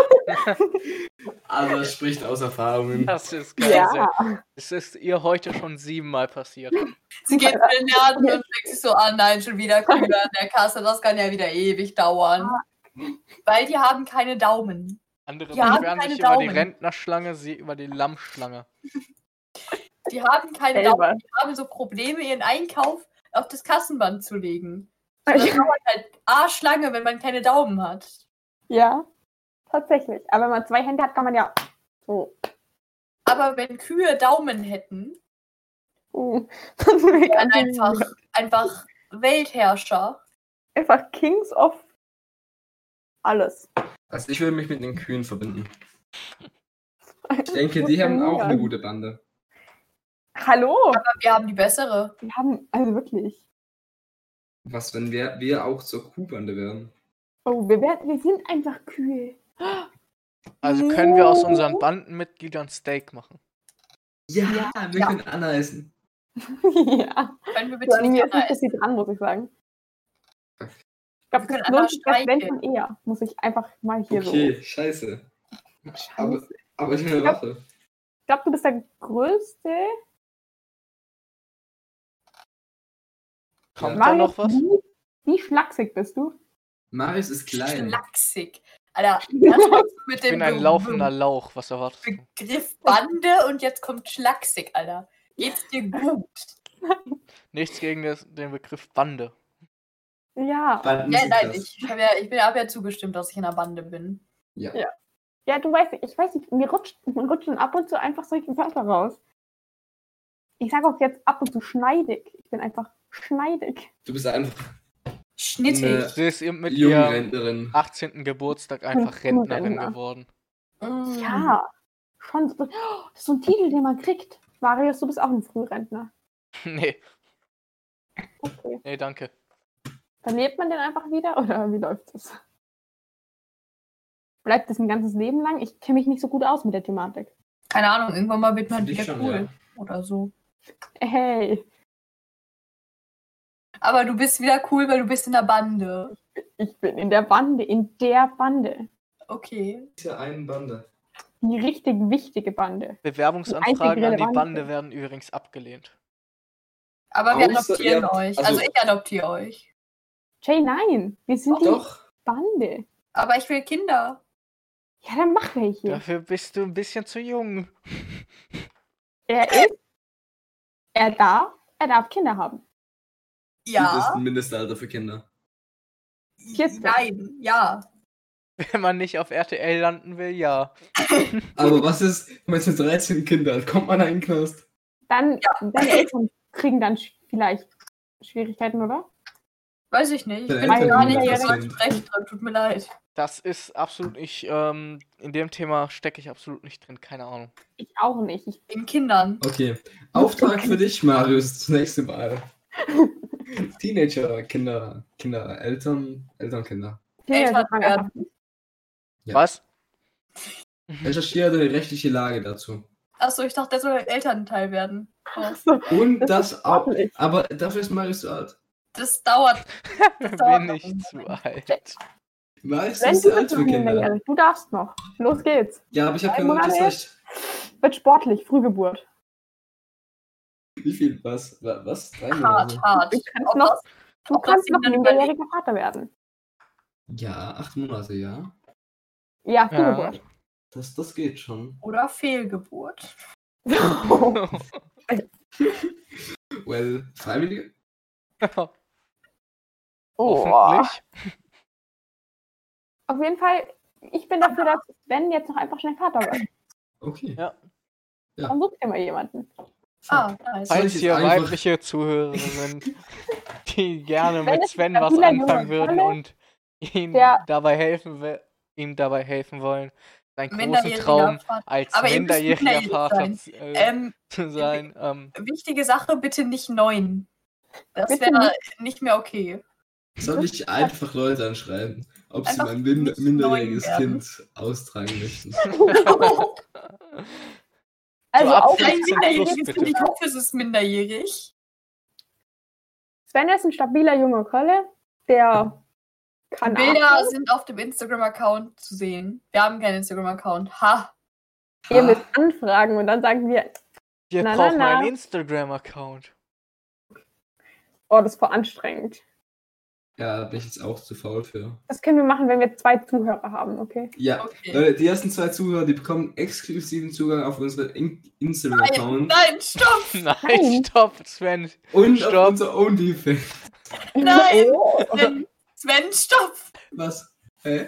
Also das spricht aus Erfahrungen. Das ist geil. Ja. Es ist ihr heute schon 7-mal passiert. Sie geht in den Laden und denkt sich so, nein, schon wieder Kühe an der Kasse, das kann ja wieder ewig dauern. Weil die haben keine Daumen. Andere Die haben beschweren keine sich über die Daumen. Rentnerschlange, sie über die Lammschlange. Die haben keine Selber. Daumen, die haben so Probleme, ihren Einkauf auf das Kassenband zu legen. Das dauert halt arschlange, wenn man keine Daumen hat. Ja, tatsächlich. Aber wenn man 2 Hände hat, kann man ja so. Aber wenn Kühe Daumen hätten, Das wäre wären einfach Weltherrscher. einfach Kings of alles. Also ich würde mich mit den Kühen verbinden. Ich denke, die haben auch eine gute Bande. Hallo! Aber wir haben die bessere. Wir haben, also wirklich. Was, wenn wir auch zur Kuhbande wären? Oh, wir sind einfach Kühe. Also können wir aus unseren Bandenmitgliedern Steak machen. Ja, wir Ja. können Anna essen. Können Ja. wir So, bitte an mir nicht ist nicht so essen? viel dran, muss ich sagen. Ich Wir glaube, können das Anna lohnt sich das wenn streicheln. von eher. Muss ich einfach mal hier Okay, scheiße. so. Aber, Scheiße. aber ich eine Waffe. Ich glaube, du bist der Größte. Kommt Ja. da noch was? Wie schlaksig bist du? Marius ist klein. Schlaksig. Alter, das kommt mit Ich dem bin ein laufender Lauch, was erwartest du? Begriff Bande und jetzt kommt Schlaksig, Alter. Geht's dir gut? Nichts gegen den Begriff Bande. Ja. Banden Ja, sind nein, krass. ich habe ja zugestimmt, dass ich in einer Bande bin. Ja. Ja. Ja, du weißt, ich weiß nicht, mir rutschen ab und zu einfach solche Wörter raus. Ich sage auch jetzt ab und zu schneidig. Ich bin einfach schneidig. Du bist einfach Schnittig. Sie ist mit ihrem Jungrentnerin. 18. Geburtstag einfach Rentnerin Rentner. geworden. Mm. Ja, schon. So, das ist so ein Titel, den man kriegt. Marius, du bist auch ein Frührentner. Nee, Okay. nee, danke. Dann lebt man den einfach wieder oder wie läuft das? Bleibt das ein ganzes Leben lang? Ich kenne mich nicht so gut aus mit der Thematik. Keine Ahnung, irgendwann mal wird man Finde ich wieder schon, cool. ja. Oder so. Hey, Aber du bist wieder cool, weil du bist in der Bande. ich bin in der Bande, Okay. Ist ja eine Bande. Die richtig wichtige Bande. Bewerbungsanfragen einzig an die relevante. Bande werden übrigens abgelehnt. Aber wir Außer adoptieren ihr- euch. also- Also ich adoptiere euch. Jay, nein, wir sind die Doch. Bande. Aber ich will Kinder. Ja, dann mach welche. Dafür bist du ein bisschen zu jung. Er darf er darf Kinder haben. Das ist Ja. ein Mindestalter für Kinder. 14. Nein, ja. Wenn man nicht auf RTL landen will, ja. Aber was ist, wenn man jetzt 13 Kinder hat? Kommt man da in den Knast? Dann, deine Eltern kriegen dann vielleicht Schwierigkeiten, oder? Weiß ich nicht. Ich Deine bin Eltern gar sind nicht ja so Kind. recht drin. Tut mir leid. Das ist absolut nicht, in dem Thema stecke ich absolut nicht drin, keine Ahnung. Ich auch nicht. In Kindern. Okay. Auftrag für dich, Marius, das nächste Mal. Teenager, Kinder, Eltern, Kinder. Eltern fragen werden. einfach nicht. Ja. Was? Recherchiere die rechtliche Lage dazu. Achso, ich dachte, der soll Elternteil werden. Oh. So, Und das auch. sportlich. Aber dafür ist Marius zu alt. Das dauert. dauert Bin noch ich einen zu Moment. alt. Marius Wenn ist du zu alt bist für noch Kinder. minderjährig, du darfst noch. Los geht's. Ja, aber ich habe Drei kein deutsches Monate? Recht. Wird sportlich, Frühgeburt. Wie viel? Was? 3 Hart, Monate? hart. Du kannst Ob noch- das- Du Ob das kannst ihm noch dann minderjähriger Vater werden. Ja, 8 Monate, ja. Ja, Frühgeburt. Das geht schon. Oder Fehlgeburt. Well, Freiwillige? Oh. Hoffentlich. Auf jeden Fall, ich bin dafür, dass Sven jetzt noch einfach schnell Vater wird. Okay. Ja. Dann sucht ihr mal jemanden. Ah, nice. Soll ich Falls jetzt hier einfach- weibliche Zuhörer sind, die gerne Sven mit ist Sven ein was stabiler anfangen Junge, würden oder? und ihm Der- dabei helfen wollen, seinen großen Minderjähriger Traum Vater. als Aber ihr müsst minderjähriger minderjährig Vater sein. zu sein. Wichtige Sache, bitte nicht 9. Das Bitte wäre nicht mehr okay. Soll ich einfach Leute anschreiben, ob sie Einfach mein nicht minderjähriges 9 werden. Kind austragen möchten? Also ab auch 15 Ein plus, minderjähriges bitte. Kind, ich hoffe, es ist minderjährig. Sven ist ein stabiler junger Kerle, der kann Bilder atmen. sind auf dem Instagram-Account zu sehen. Wir haben keinen Instagram-Account. Ha! Ihr müsst anfragen und dann sagen wir, Wir Na, brauchen na. einen Instagram-Account. oh, das ist voll anstrengend. Ja, da bin ich jetzt auch zu faul für. Das können wir machen, wenn wir 2 Zuhörer haben, okay? Ja, Okay. Leute, die ersten 2 Zuhörer, die bekommen exklusiven Zugang auf unseren Instagram-Account Nein, stopp! Nein, Nein. stopp, Sven. und Stopp. auf unser OnlyFans. Nein! Oh. Sven, stopp! Was? Hä?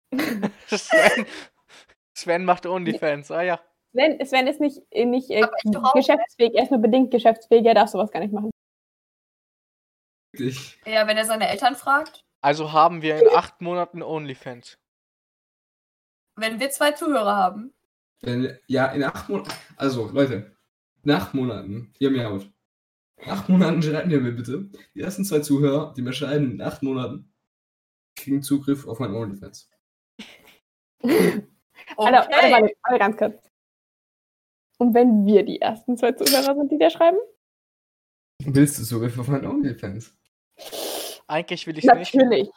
Sven macht OnlyFans, ah ja. Sven ist nicht Aber ich doch auch. geschäftsfähig, er ist nur bedingt geschäftsfähig, er darf sowas gar nicht machen. Wirklich? Ja, wenn er seine Eltern fragt. Also haben wir in 8 Monaten OnlyFans. Wenn wir 2 Zuhörer haben. Ja, in 8 Monaten. Also, Leute, in 8 Monaten, hear me out. In 8 Monaten schreiben wir mir bitte. Die ersten 2 Zuhörer, die mir schreiben, in 8 Monaten, kriegen Zugriff auf mein OnlyFans. Okay. Warte, ganz kurz. Und wenn wir die ersten 2 Zuhörer sind, die da schreiben? Willst du Zugriff auf mein OnlyFans? Eigentlich will ich nicht. Natürlich.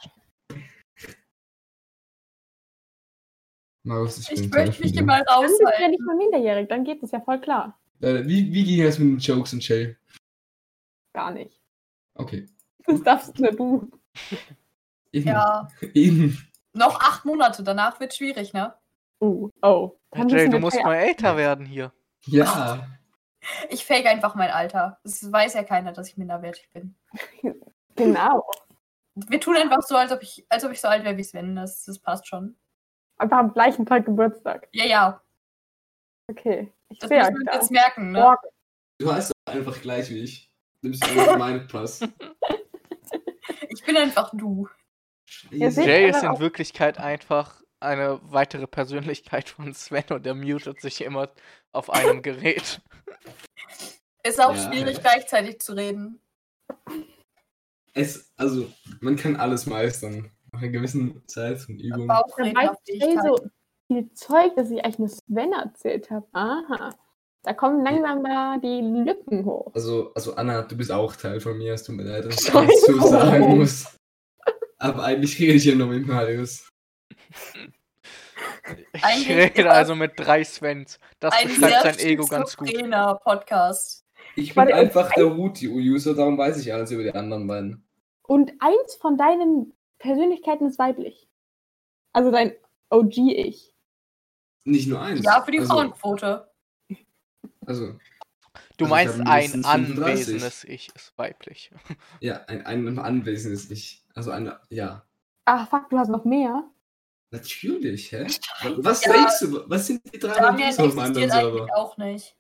Marius, Ich bin Teil möchte von mich dir. hier mal Dann bist du ja raushalten. nicht mal minderjährig, dann geht es ja voll klar. Leute, wie ging das mit den Jokes und Jay? Gar nicht. Okay. Das darfst nur du. Eben. Ja. Eben. Noch 8 Monate, danach wird schwierig, ne? Oh. Dann Jay, müssen du wir musst Jay mal älter werden hier. Ja. Ich fake einfach mein Alter. Es weiß ja keiner, dass ich minderwertig bin. Genau. Wir tun einfach so, als ob ich so alt wäre wie Sven. Das passt schon. Einfach am gleichen Tag Geburtstag. Ja, ja. Okay. Ich Das sehe müssen euch wir uns da. jetzt merken, ne? Morgen. Du heißt doch einfach gleich wie ich. Nimmst du einfach meinen Pass. Ich bin einfach du. Ihr seht- Jay aber ist in auch- Wirklichkeit einfach eine weitere Persönlichkeit von Sven und der mutet sich immer auf einem Gerät. Ist auch Ja. schwierig, gleichzeitig zu reden. Also, man kann alles meistern. Nach einer gewissen Zeit und Übung. Dann Bauchreden weiß auf Jay Fähigkeit. so viel Zeug, dass ich eigentlich nur Sven erzählt habe. Aha. Da kommen langsam da die Lücken hoch. Also Anna, du bist auch Teil von mir. Es tut mir leid, dass ich das Entschuldigung. so sagen muss. Aber eigentlich rede ich ja nur mit Marius. Ich Eigentlich ist rede das also mit 3 Svens. Das Ein beschreibt sehr sein Ego ganz gut. schizophrener Podcast. Ich Warte, bin einfach der Root-User, darum weiß ich alles über die anderen beiden. Und eins von deinen Persönlichkeiten ist weiblich. Also dein OG-Ich. Nicht nur eins. Ja, für die also, Frauenquote. Also, Du Also ich meinst habe ein mindestens 35. anwesendes Ich ist weiblich. Ja, ein anwesendes Ich. Also ja. Ach, fuck, du hast noch mehr? Natürlich, hä? Was Ja, denkst du? Was sind die 300 Damian User auf dem anderen existiert eigentlich Server? auch nicht.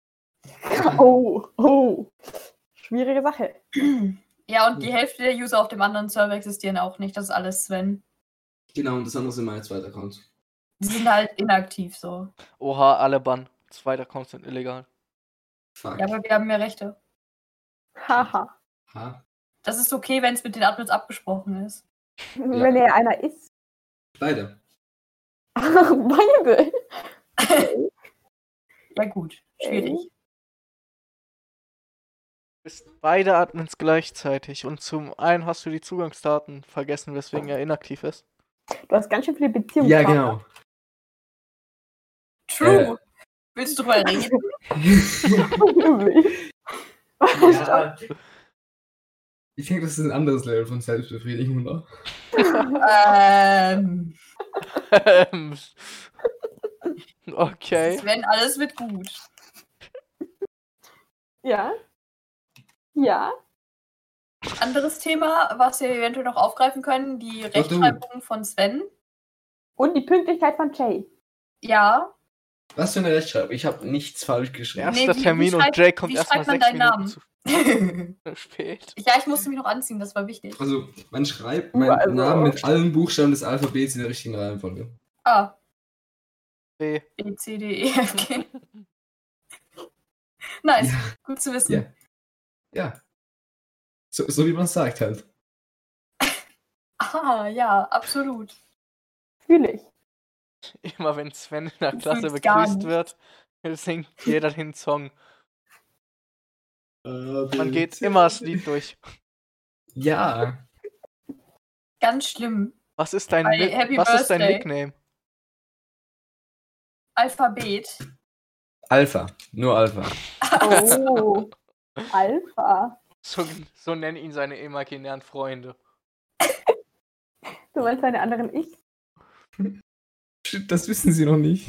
Oh. Schwierige Sache. Ja, und die Hälfte der User auf dem anderen Server existieren auch nicht. Das ist alles Sven. Genau, und das andere sind meine zweite Accounts. Die sind halt inaktiv so. Oha, alle Bann. Zweiter Account sind illegal. Fuck. Ja, aber wir haben mehr Rechte. Haha. Ha? Das ist okay, wenn es mit den Admins abgesprochen ist. Wenn er einer ist. Beide. Beide. Ja, gut. Schwierig. Bist beide Admins gleichzeitig und zum einen hast du die Zugangsdaten vergessen, weswegen er inaktiv ist. Du hast ganz schön viele Beziehungen. Ja, genau. True. Willst du drüber reden? Ja. Ich denke, das ist ein anderes Level von Selbstbefriedigung, oder? Okay. Sven, alles wird gut. Ja. Ja. Anderes Thema, was wir eventuell noch aufgreifen können, die Rechtschreibung von Sven. Und die Pünktlichkeit von Jay. Ja. Was für eine Rechtschreibung? Ich habe nichts falsch geschrieben. Erster Termin und Jay kommt erstmal 6 deinen Minuten Namen? zu spät. Ja, ich musste mich noch anziehen, das war wichtig. Also, man schreibt meinen Namen mit allen Buchstaben des Alphabets in der richtigen Reihenfolge. A, B. B, C, D, E, F, G. Nice, Ja. gut zu wissen. Ja. Ja. So wie man es sagt halt. Ah, ja, absolut. Fühle ich. Immer wenn Sven in der Du Klasse fühlst gar begrüßt nicht. wird, singt jeder den Song. Man Man geht immer das Lied durch. Ja. Ganz schlimm. Was ist dein, Bei Happy was ist dein Birthday. Nickname? Alphabet. Alpha. Nur Alpha. Oh. Alpha. So nennen ihn seine imaginären Freunde. Du meinst deine anderen Ich? Shit, das wissen sie noch nicht.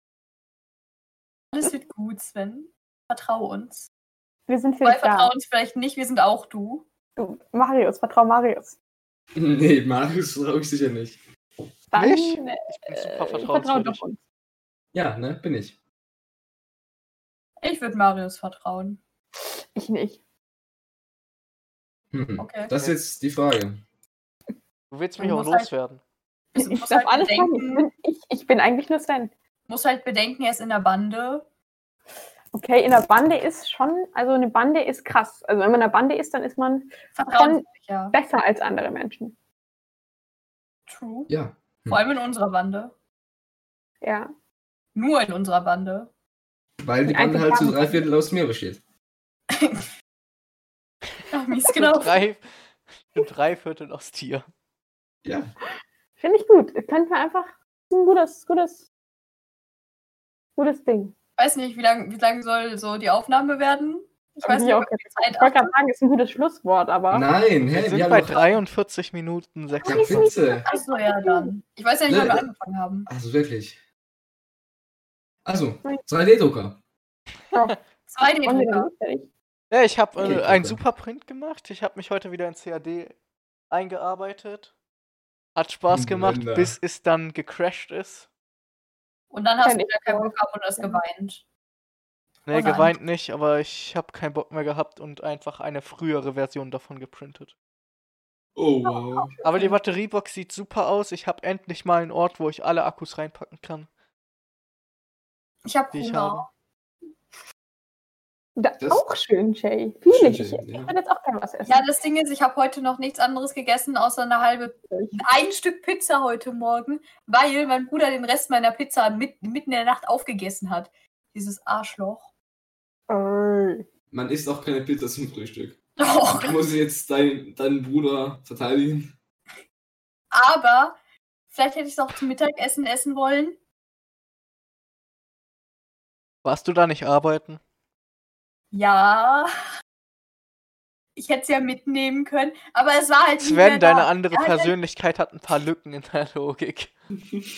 Alles wird gut, Sven. Vertrau uns. Wir sind für Weil dich da. vertrau uns vielleicht nicht, wir sind auch du. Du, Marius, vertrau Marius. Nee, Marius traue ich sicher nicht. Dann Nicht? Ich bin super vertrau vertrauenswürdig. doch uns. Ja, ne, bin ich. Ich würde Marius vertrauen. Ich nicht. Okay. Das ist jetzt die Frage. Du willst mich Du auch musst halt- loswerden. Du Ich musst darf halt alles bedenken, sagen. Ich bin eigentlich nur Sven. musst halt bedenken, er ist in der Bande. Okay, in der Bande ist schon, also eine Bande ist krass. Also wenn man in der Bande ist, dann ist man Vertrauenssicher. besser als andere Menschen. True. Ja. Vor allem in unserer Bande. Ja. Nur in unserer Bande. Weil die Die Bande halt zu Einzelfahrten- 3/4 aus mir besteht. Ach, mies genau. Für 3/4 aus dir. Ja. Finde ich gut. Es könnte einfach ein gutes Ding. Ich weiß nicht, wie lang soll so die Aufnahme werden? Ich Aber weiß ich nicht, auch ob wir Ich Zeit wollte gerade haben. sagen, ist ein gutes Schlusswort, aber Nein, Wir hä? sind Wir bei haben noch... 43 Minuten Ja, 46. bitte. Achso, ja, dann. Ich weiß ja nicht, wann Ne, wir ne. angefangen haben. Also wirklich. Also, 3D-Drucker. 2D-Drucker. Ja, ich habe Okay, einen super. Superprint gemacht. Ich habe mich heute wieder in CAD eingearbeitet. Hat Spaß gemacht, Blender. bis es dann gecrashed ist. Und dann hast Kenn du ich wieder keinen auch. Bock gehabt und hast geweint. Nee, Oh nein. geweint nicht, aber ich habe keinen Bock mehr gehabt und einfach eine frühere Version davon geprintet. Oh, wow. Aber die Batteriebox sieht super aus. Ich habe endlich mal einen Ort, wo ich alle Akkus reinpacken kann, Ich habe die ich Hunger. habe. Das- Auch schön, Jay. Fühle Schön, ich. Jay, Ich ja. würde jetzt auch gerne was essen. Ja, das Ding ist, ich habe heute noch nichts anderes gegessen, außer ein Stück Pizza heute Morgen, weil mein Bruder den Rest meiner Pizza mitten in der Nacht aufgegessen hat. Dieses Arschloch. Ey. Man isst auch keine Pizza zum Frühstück. Doch. Ich muss jetzt deinen Bruder verteidigen. Aber vielleicht hätte ich es auch zum Mittagessen essen wollen. Warst du da nicht arbeiten? Ja. Ich hätte es ja mitnehmen können, aber es war halt nie Sven, mehr deine da. andere Er hat halt- Persönlichkeit hat ein paar Lücken in der Logik.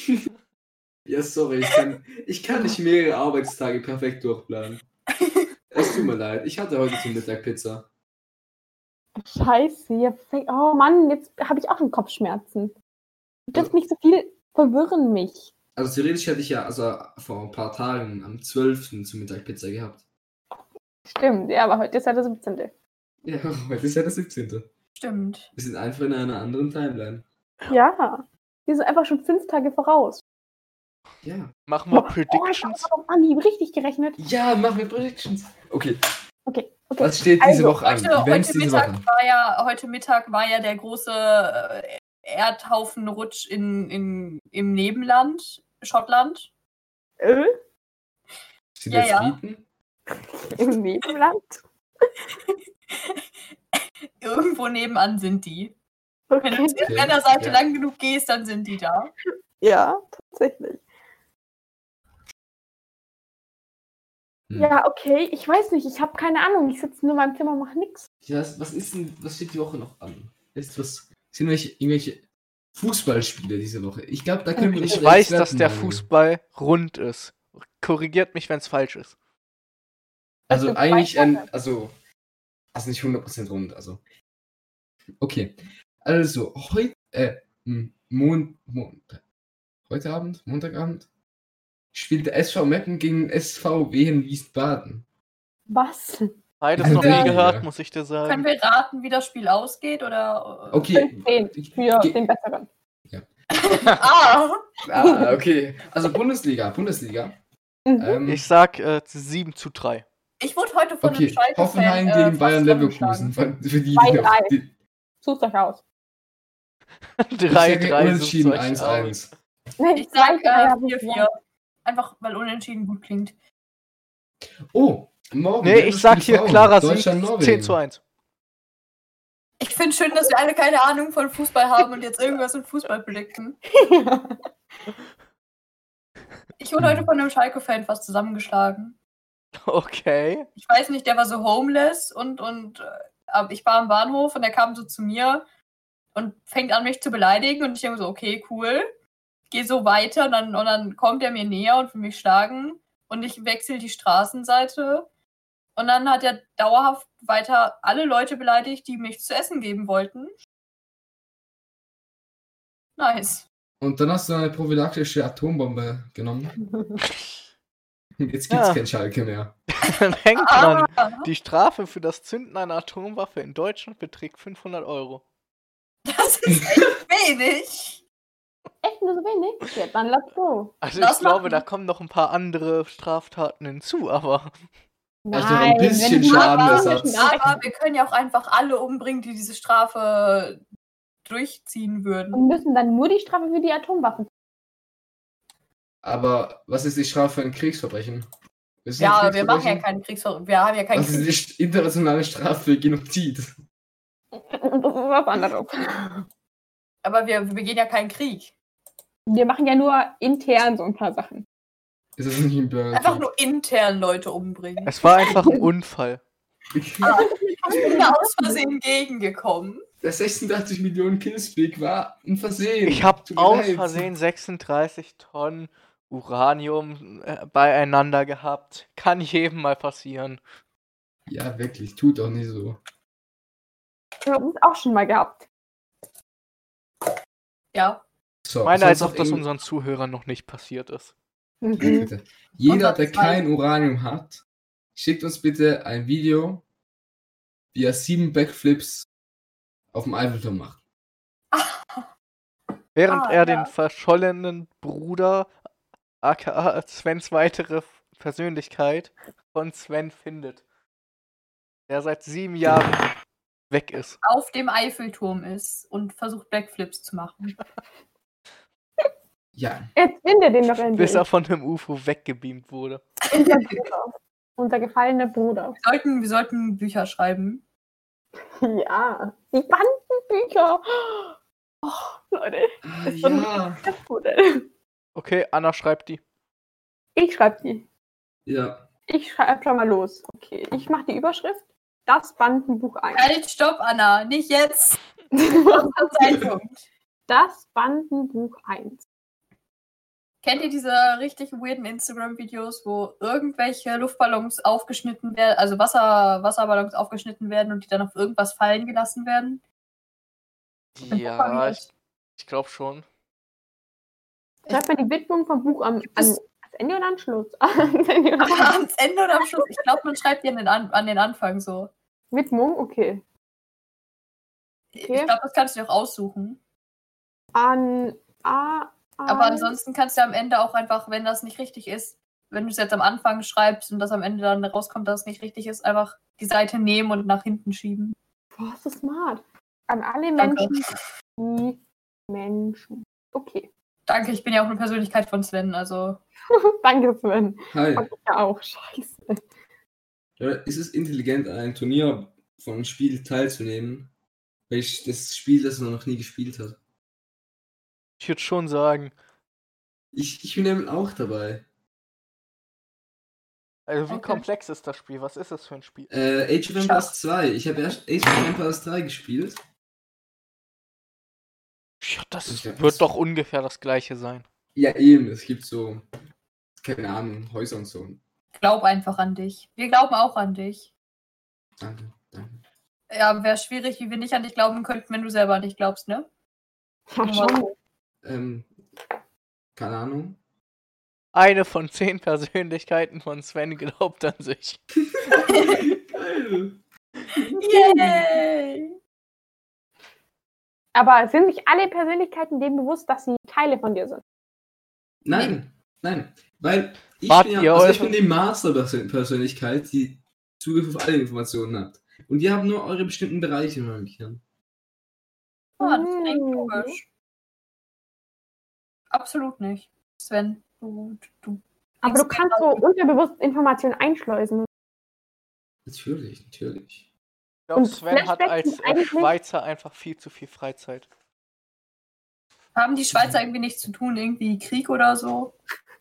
Ja, sorry, ich kann nicht mehrere Arbeitstage perfekt durchplanen. Es tut mir leid, ich hatte heute zum Mittag Pizza. Scheiße, oh Mann, jetzt habe ich auch schon Kopfschmerzen. Du darfst nicht so viel verwirren mich. Also theoretisch hätte ich ja vor ein paar Tagen am 12. zum Mittag Pizza gehabt. Stimmt, ja, aber heute ist ja der 17. Ja, heute ist ja der 17. Stimmt. Wir sind einfach in einer anderen Timeline. Ja, wir sind einfach schon 5 Tage voraus. Ja. Machen wir Ich Predictions. habe auf Anhieb richtig gerechnet. Ja, machen wir Predictions. Okay, Okay. was steht diese Woche an? Events Heute, diese Woche. heute Mittag war ja der große Erdhaufenrutsch im Nebenland, Schottland. Sind Ja, jetzt ja. Briten? Im Nebenland. Irgendwo nebenan sind die. Wenn du Okay. auf irgendeiner Seite ja. lang genug gehst, dann sind die da. Ja, tatsächlich. Ja, okay. Ich weiß nicht. Ich habe keine Ahnung. Ich sitze nur in meinem Zimmer und mache nichts. Ja, was steht die Woche noch an? Sind irgendwelche Fußballspiele diese Woche? Ich glaube, da können wir Ich nicht weiß, dass der Fußball rund ist. Korrigiert mich, wenn es falsch ist. Also Das ist eigentlich zwei also nicht 100% rund, also. Okay. Also, Montagabend, spielt der SV Meppen gegen SV Wehen Wiesbaden. Was? Beides noch nie Ja. gehört, muss ich dir Können sagen. wir raten, wie das Spiel ausgeht? Oder? Okay. 10 für den Besseren. Okay. Also Bundesliga. Mhm. Ich sag 7:3. Ich wurde heute von einem Okay, Schalke-Fan Hoffenheim gegen fast Bayern zusammengeschlagen. Leverkusen. Für die 2-3. die- Sucht euch aus. ich sage 3:3 unentschieden sucht's euch aus. 1-1. Nein, Ich sag 2-3 habe ich 4-4. gesagt. Einfach, weil unentschieden gut klingt. Oh, morgen. Nee, ich sag hier Frauen. klarer Sieg. Deutschland, Norwegen. 10:1. Ich finde schön, dass wir alle keine Ahnung von Fußball haben und jetzt irgendwas in Fußball predikten. Ich wurde heute von einem Schalke-Fan fast zusammengeschlagen. Okay. Ich weiß nicht, der war so homeless und ich war am Bahnhof und der kam so zu mir und fängt an, mich zu beleidigen und ich denke so, okay, cool. Gehe so weiter und dann kommt er mir näher und will mich schlagen und ich wechsle die Straßenseite und dann hat er dauerhaft weiter alle Leute beleidigt, die mich zu essen geben wollten. Nice. Und dann hast du eine prophylaktische Atombombe genommen. Jetzt gibt's Ja. kein Schalke mehr. Denk dran. Die Strafe für das Zünden einer Atomwaffe in Deutschland beträgt 500 €. Das ist echt wenig. Echt nur so wenig? Ja, dann let's go. Also Das ich glaube, machen- da kommen noch ein paar andere Straftaten hinzu, aber Also ein bisschen Schadenersatz. Aber wir können ja auch einfach alle umbringen, die diese Strafe durchziehen würden. Und müssen dann nur die Strafe für die Atomwaffen. Aber was ist die Strafe für ein Kriegsverbrechen? Was ist ein Ja, wir machen ja Kriegsverbrechen? keinen Kriegsverbrechen. Wir haben ja keinen Was ist die internationale Strafe für Genozid? Das ist was anderes. Aber wir begehen ja keinen Krieg. Wir machen ja nur intern so ein paar Sachen. Ist das nicht ein Bürgerkrieg? Einfach nur intern Leute umbringen. es war einfach ein Unfall. Ich bin da aus Versehen gegengekommen. Der 86 Millionen Killstreak war ein Versehen. Ich habe Tut mir aus leid. Versehen 36 Tonnen Uranium beieinander gehabt. Kann jedem mal passieren. Ja, wirklich, tut doch nicht so. Wir haben es auch schon mal gehabt. Ja. So, Ich meine, als sonst ob das noch unseren Zuhörern noch nicht passiert ist. Mhm. bitte. Jeder, Unser der kein Uranium hat, schickt uns bitte ein Video, wie er 7 Backflips auf dem Eiffelturm macht. Während Ah, er ja. den verschollenen Bruder, aka Svens weitere Persönlichkeit, von Sven findet. Der seit 7 Jahren weg ist. Auf dem Eiffelturm ist und versucht Backflips zu machen. Ja, Jetzt findet den noch endlich. Bis er von dem UFO weggebeamt wurde. Unser Bruder. Unser gefallener Bruder. Wir sollten Bücher schreiben. Ja. Die Bandenbücher. Oh, Leute. Das ist so ein ja, Geschäftsmodell. Okay, Anna schreibt die. Ich schreibe die. ja. Ich schreibe schon mal los. Okay, ich mache die Überschrift. Das Bandenbuch 1. Halt, stopp, Anna. Nicht jetzt. Das ist der Zeitpunkt. Das Bandenbuch 1. Kennt ihr diese richtig weirden Instagram-Videos, wo irgendwelche Luftballons aufgeschnitten werden, also Wasserballons aufgeschnitten werden und die dann auf irgendwas fallen gelassen werden? Ja, ich glaube schon. Schreibt man die Widmung vom Buch ans Ende oder am Schluss? Ans Ende oder am Schluss? Ich glaube, man schreibt die an den Anfang so. Widmung, okay. Ich glaube, das kannst du auch aussuchen. Aber Ah. ansonsten kannst du am Ende auch einfach, wenn das nicht richtig ist, wenn du es jetzt am Anfang schreibst und das am Ende dann rauskommt, dass es nicht richtig ist, einfach die Seite nehmen und nach hinten schieben. Boah, ist das smart. An alle Danke. Menschen, die Menschen. Okay. Danke, ich bin ja auch eine Persönlichkeit von Sven, also. Danke, Sven. Hi. Und ich ja auch. Scheiße. Ja, ist es intelligent, an einem Turnier von einem Spiel teilzunehmen, welches das Spiel, das man noch nie gespielt hat? Ich würde schon sagen. Ich bin eben auch dabei. Also wie Okay. komplex ist das Spiel? Was ist das für ein Spiel? Age of Empires 2. Ich habe erst Age of Empires 3 gespielt. Ja, das Ich glaub, wird das- doch ungefähr das gleiche sein. Ja, eben. Es gibt so, keine Ahnung, Häuser und so. Glaub einfach an dich. Wir glauben auch an dich. Danke. Ja, wäre schwierig, wie wir nicht an dich glauben könnten, wenn du selber an dich glaubst, ne? Ja, schon. Keine Ahnung. Eine von 10 Persönlichkeiten von Sven glaubt an sich. Geil. Yay! Aber sind sich alle Persönlichkeiten dem bewusst, dass sie Teile von dir sind? Nein. Weil ich Wart bin ihr ja, also euch- ich bin die Master-Persönlichkeit, die Zugriff auf alle Informationen hat. Und ihr habt nur eure bestimmten Bereiche in eurem Gehirn. Ah, das klingt logisch. Absolut nicht. Sven, du. Aber du kannst so unterbewusst Informationen einschleusen. Natürlich. Ich glaube, Und Sven hat Flashbacks als sind eigentlich- Schweizer einfach viel zu viel Freizeit. Haben die Schweizer irgendwie nichts zu tun, irgendwie Krieg oder so?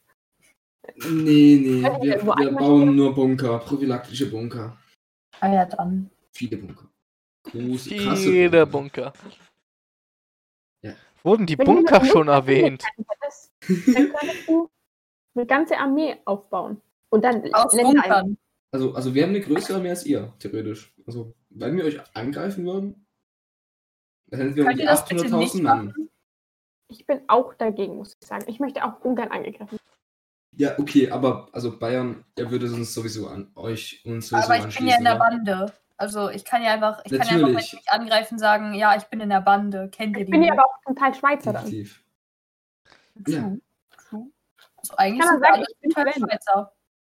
Nee. Können wir Wir irgendwo einmarschieren? bauen nur Bunker, prophylaktische Bunker. Ah ja, dann. Viele Bunker. Große, krasse Viele Bunker. Ja. Wurden die Wenn du Bunker diese schon erwähnt? hättest, dann könntest du eine ganze Armee aufbauen. Und dann Aus Länder Bunkern. Also wir haben eine größere Armee als ihr, theoretisch. Also, wenn wir euch angreifen würden, dann hätten wir um Könnt die ihr das bitte 800.000 nicht Mann. machen? Ich bin auch dagegen, muss ich sagen. Ich möchte auch Ungarn angegriffen. Ja, okay, aber also Bayern, er würde uns sowieso uns sowieso Aber ich bin ja in der anschließen, Bande. Also ich kann ja einfach, wenn Natürlich. die mich angreifen, sagen, ja, ich bin in der Bande. Kennt ihr Ich die? bin ja nicht? aber auch zum Teil Schweizer dann. Definitiv. True. True. Also eigentlich Kann man sind wir sagen, alle ich bin total Sven. Schweizer.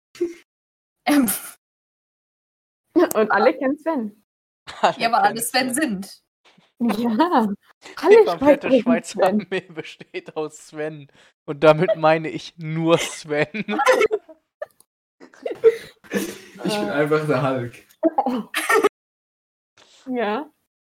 Und alle kennen Sven. Ja, weil alle Sven sind. Ja. Die Alle komplette Schweizer Schweizer sind Sven. Armee besteht aus Sven. Und damit meine ich nur Sven. Ich bin einfach der Hulk. Ja.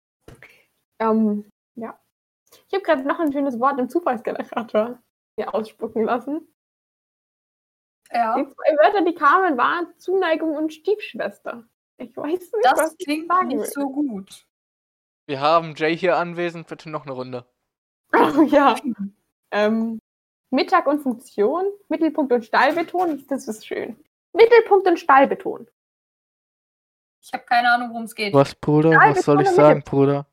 Ja. Ich habe gerade noch ein schönes Wort im Zufallsgenerator hier ausspucken lassen. Ja. Die 2 Wörter, die kamen, waren Zuneigung und Stiefschwester. Ich weiß nicht, Das was ich klingt sagen nicht will. so gut. Wir haben Jay hier anwesend. Bitte noch eine Runde. Oh, ja. Mittag und Funktion, Mittelpunkt und Stahlbeton, das ist schön. Mittelpunkt und Stahlbeton. Ich habe keine Ahnung, worum es geht. Was, Bruder? Nein, Was wir soll ich kommen sagen, mit. Bruder?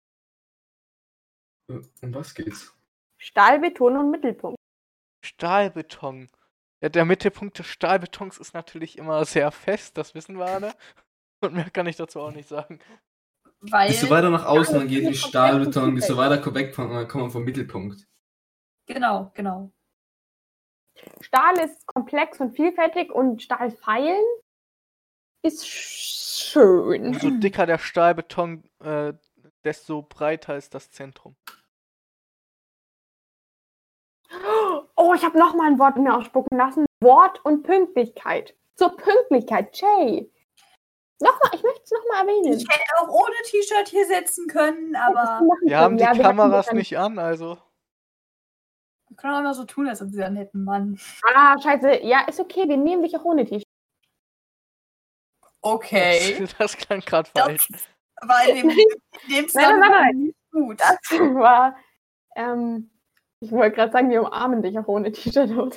Um was geht's? Stahlbeton und Mittelpunkt. Stahlbeton. Ja, der Mittelpunkt des Stahlbetons ist natürlich immer sehr fest, das wissen wir alle. Und mehr kann ich dazu auch nicht sagen. Weil, Desto weiter nach außen man geht, wie komplett Stahlbeton, desto vielfältig. weiter weg kommt man vom Mittelpunkt. genau. Stahl ist komplex und vielfältig und Stahlfeilen ist schön. Umso dicker der Stahlbeton, desto breiter ist das Zentrum. Oh, ich habe noch mal ein Wort mir ausspucken lassen. Wort und Pünktlichkeit. Zur Pünktlichkeit, Jay. Nochmal, ich möchte es nochmal erwähnen. Ich hätte auch ohne T-Shirt hier sitzen können, aber Wir haben die Ja, wir Kameras hatten- nicht an, also. wir können auch immer so tun, als ob sie dann hätten, Mann. Ah, scheiße. Ja, ist okay, wir nehmen dich auch ohne T-Shirt. Okay. Das klang gerade Das falsch. war in dem Nein, nein, nein. nicht gut. Das war Ich wollte gerade sagen, wir umarmen dich auch ohne T-Shirt aus.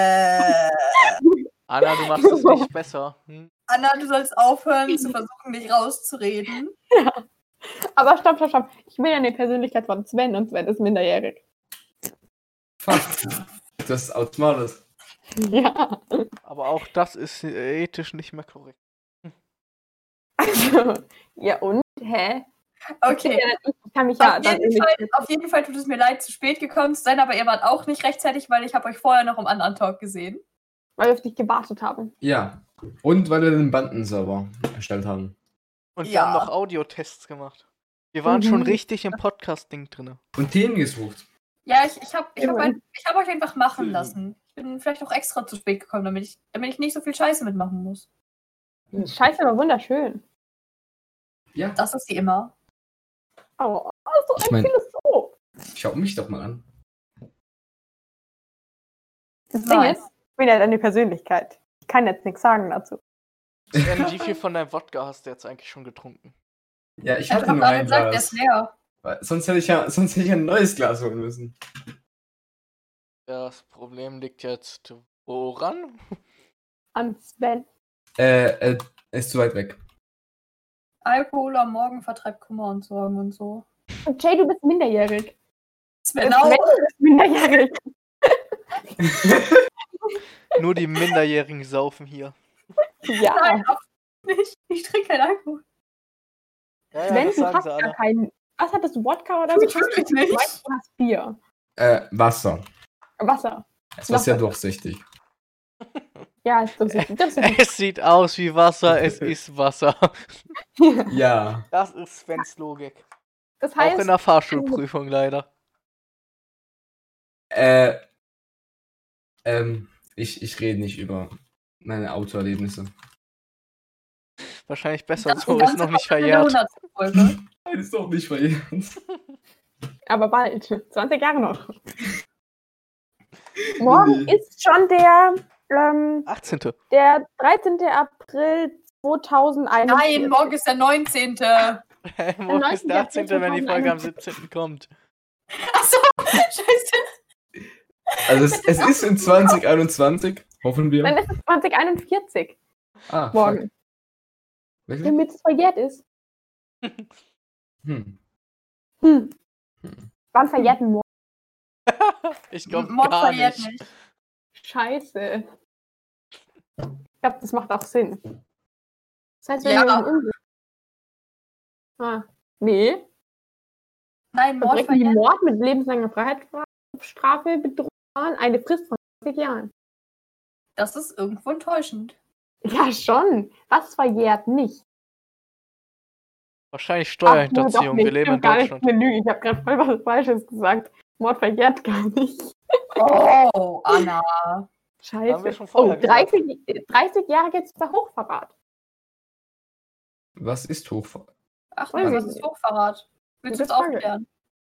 Anna, du machst es nicht besser. Hm? Anna, du sollst aufhören zu versuchen, dich rauszureden. Aber stopp. Ich will ja eine Persönlichkeit von Sven und Sven ist minderjährig. Fast. Das outsmartet. Ja. Aber auch das ist ethisch nicht mehr korrekt. Also, ja und? Hä? Okay. Ich kann mich ja Auf jeden Fall tut es mir leid, zu spät gekommen zu sein, aber ihr wart auch nicht rechtzeitig, weil ich habe euch vorher noch im anderen Talk gesehen. weil wir auf dich gewartet haben. Ja. Und weil wir den Bandenserver erstellt haben. Und wir Ja. haben noch Audiotests gemacht. Wir waren schon richtig im Podcast-Ding drin. Und Themen gesucht. Ja, ich hab euch einfach machen lassen. Ich bin vielleicht auch extra zu spät gekommen, damit ich nicht so viel Scheiße mitmachen muss. Scheiße, aber wunderschön. Ja. Das ist wie immer. Oh, so Ich ein mein- Philosoph. Schau mich doch mal an. Das Ding Nein. ist, ich bin ja deine Persönlichkeit. Ich kann jetzt nichts sagen dazu. Sven, wie viel von deinem Wodka hast du jetzt eigentlich schon getrunken? Ja, ich Ich hatte hab nur gerade ein gesagt, der Glas. ist leer. Weil sonst hätte ich ein neues Glas holen müssen. Das Problem liegt jetzt woran? An Sven. Ist zu weit weg. Alkohol am Morgen vertreibt Kummer und Sorgen und so. Und Jay, du bist minderjährig. Sven Sven, auch. du bist minderjährig. Nur die Minderjährigen saufen hier. Ja. Nein, auch nicht. Ich trinke keinen Alkohol. Ja, Sven, das du sagen hast sie gar alle. keinen. Was hattest du? Wodka oder so? Natürlich nicht. Du meinst, du hast Bier. Wasser. Wasser. Es war sehr durchsichtig. Ja, ist das ist Es sieht aus wie Wasser, es ist Wasser. Ja. Das ist Svens Logik. Das Auch in heißt, der Fahrschulprüfung leider. Ich rede nicht über meine Autoerlebnisse. Wahrscheinlich besser, Das so Ganze ist noch nicht kommt in der verjährt. 100. Folge. Das ist doch nicht verjährt. aber bald. 20 Jahre noch. Morgen Nee. ist schon der 18. der 13. April 2021. Nein, morgen ist der 19. Morgen ist der 18., wenn die Folge am 2021. 17. kommt. Achso, scheiße. Also es ist in 2021, hoffen wir. Dann ist es 2041 Ah, morgen. fuck. Wirklich? Damit es verjährt ist. Hm. Wann verjährt ein Mord? Ich glaube Mord gar verjährt nicht. nicht. Scheiße. Ich glaube, das macht auch Sinn. Das heißt, wenn Ja. wir einen Unglück. Nee. Nein, Mord Verbrechen die verjährt. Mord mit lebenslanger Freiheitsstrafe bedrohen eine Frist von 20 Jahren. Das ist irgendwo enttäuschend. Ja, schon. Was verjährt nicht? Wahrscheinlich Ach, nee, Steuerhinterziehung. doch Wir nicht. leben in Stimmt gar nicht. Deutschland. Eine Lüge. Ich habe gerade voll was Falsches gesagt. Mord verjährt gar nicht. Oh, Anna. Haben wir Scheiße. schon Oh, vorher gesagt. 30 Jahre gibt es bei Hochverrat. Was ist Hochverrat? Ach, Weiß was ich ist nicht. Hochverrat? Willst du Gute uns Frage. aufklären?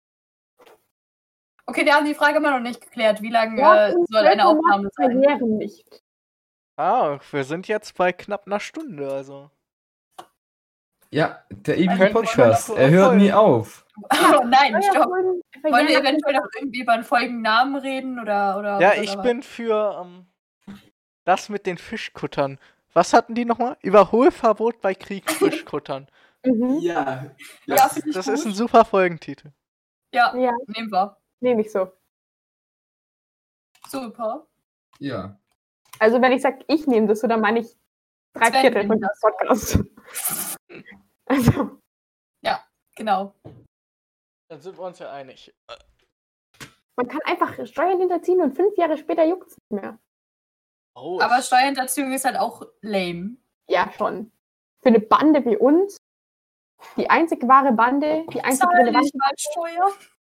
Okay, wir haben die Frage immer noch nicht geklärt. Wie lange Mord und soll eine Völkermord Aufnahme sein? verjähren nicht. Ah, wir sind jetzt bei knapp einer Stunde, also. Ja, der ewige Können wir Podcast. noch Er hört nie auf. Oh nein, stopp. Steuerfolgen Wollen verjähren wir ab eventuell noch irgendwie über einen Folgennamen reden? Oder Ja, oder ich was? bin für das mit den Fischkuttern. Was hatten die nochmal? Überholverbot bei Kriegsfischkuttern. Mhm. Ja. Ja, finde ich Das gut. ist ein super Folgentitel. Ja, Ja, nehmen wir. nehme ich so. Super. Ja. Also wenn ich sage, ich nehme das so, dann meine ich 3/4 von nimmt dem das. Podcast. Also, Genau. Dann sind wir uns ja einig. man kann einfach Steuern hinterziehen und 5 Jahre später juckt es nicht mehr. Oh, Aber Steuerhinterziehung ist halt auch lame. Ja, schon. Für eine Bande wie uns, die einzig wahre Bande, die einzig Zahl relevante. nicht mal Steuer.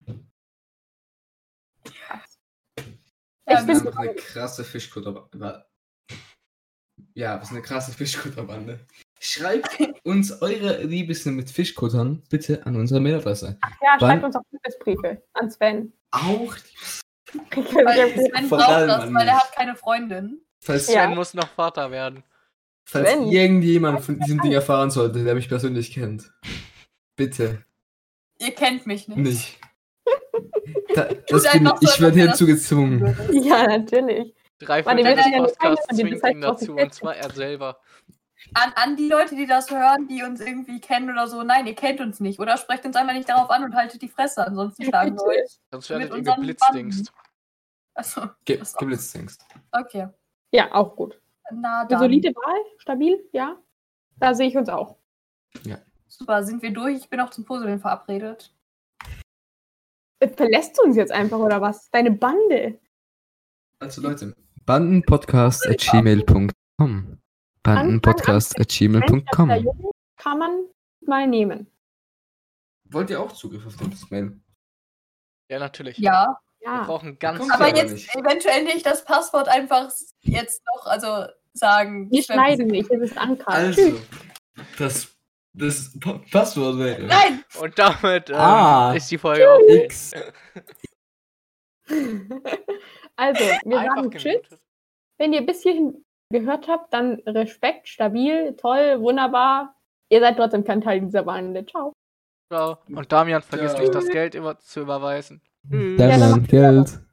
Ich Das bin- ist einfach eine krasse Fischkutterbande. Ja, das ist eine krasse Fischkutterbande. Schreibt uns eure Liebsten mit Fischkuttern bitte an unsere Mailadresse. Ja, Wann- schreibt uns auch Liebesbriefe an Sven. Auch Weil Sven Vor braucht allem das, an weil er mich. hat keine Freundin. falls, Ja. Sven muss noch Vater werden. falls Sven. irgendjemand von diesem Ding erfahren sollte, der mich persönlich kennt. Bitte Ihr kennt mich nicht. nicht. Das bin einfach so, ich werde als ob er hierzu gezwungen. Ja, natürlich. Drei Warte, Viertel wir des sind ja nur Podcasts eine, die zwingt das ihn heißt, was dazu, ich und zwar er selber. An die Leute, die das hören, die uns irgendwie kennen oder so, nein, ihr kennt uns nicht. Oder sprecht uns einfach nicht darauf an und haltet die Fresse, ansonsten schlagen wir euch. Sonst Mit werdet ihr unseren geblitzdingst. Achso, Geblitzdingst. okay. Ja, auch gut. Na Eine dann. solide Wahl, stabil, ja. Da sehe ich uns auch. Super, sind wir durch? Ich bin auch zum Puzzeln verabredet. Verlässt du uns jetzt einfach, oder was? Deine Bande. Also Leute, Bandenpodcast@gmail.com. Bandenpodcast@gmail.com. Kann man mal nehmen. wollt ihr auch Zugriff auf das Mail? Ja, natürlich. Ja, Wir Ja. brauchen ganz Kommt aber aber jetzt nicht. eventuell nicht das Passwort einfach jetzt noch, also sagen. Wir schneiden nicht, es ist Anker. Also, das Passwort wäre Nein! Und damit ist die Folge auch X. Also, wir einfach sagen Tschüss. gemutet. Wenn ihr bis hierhin gehört habt, dann Respekt, stabil, toll, wunderbar. Ihr seid trotzdem kein Teil dieser Bande. Ciao. Ciao. Und Damian, vergiss Ciao. nicht, das Geld zu überweisen. Tschüss. Ja, dann Damian, Geld.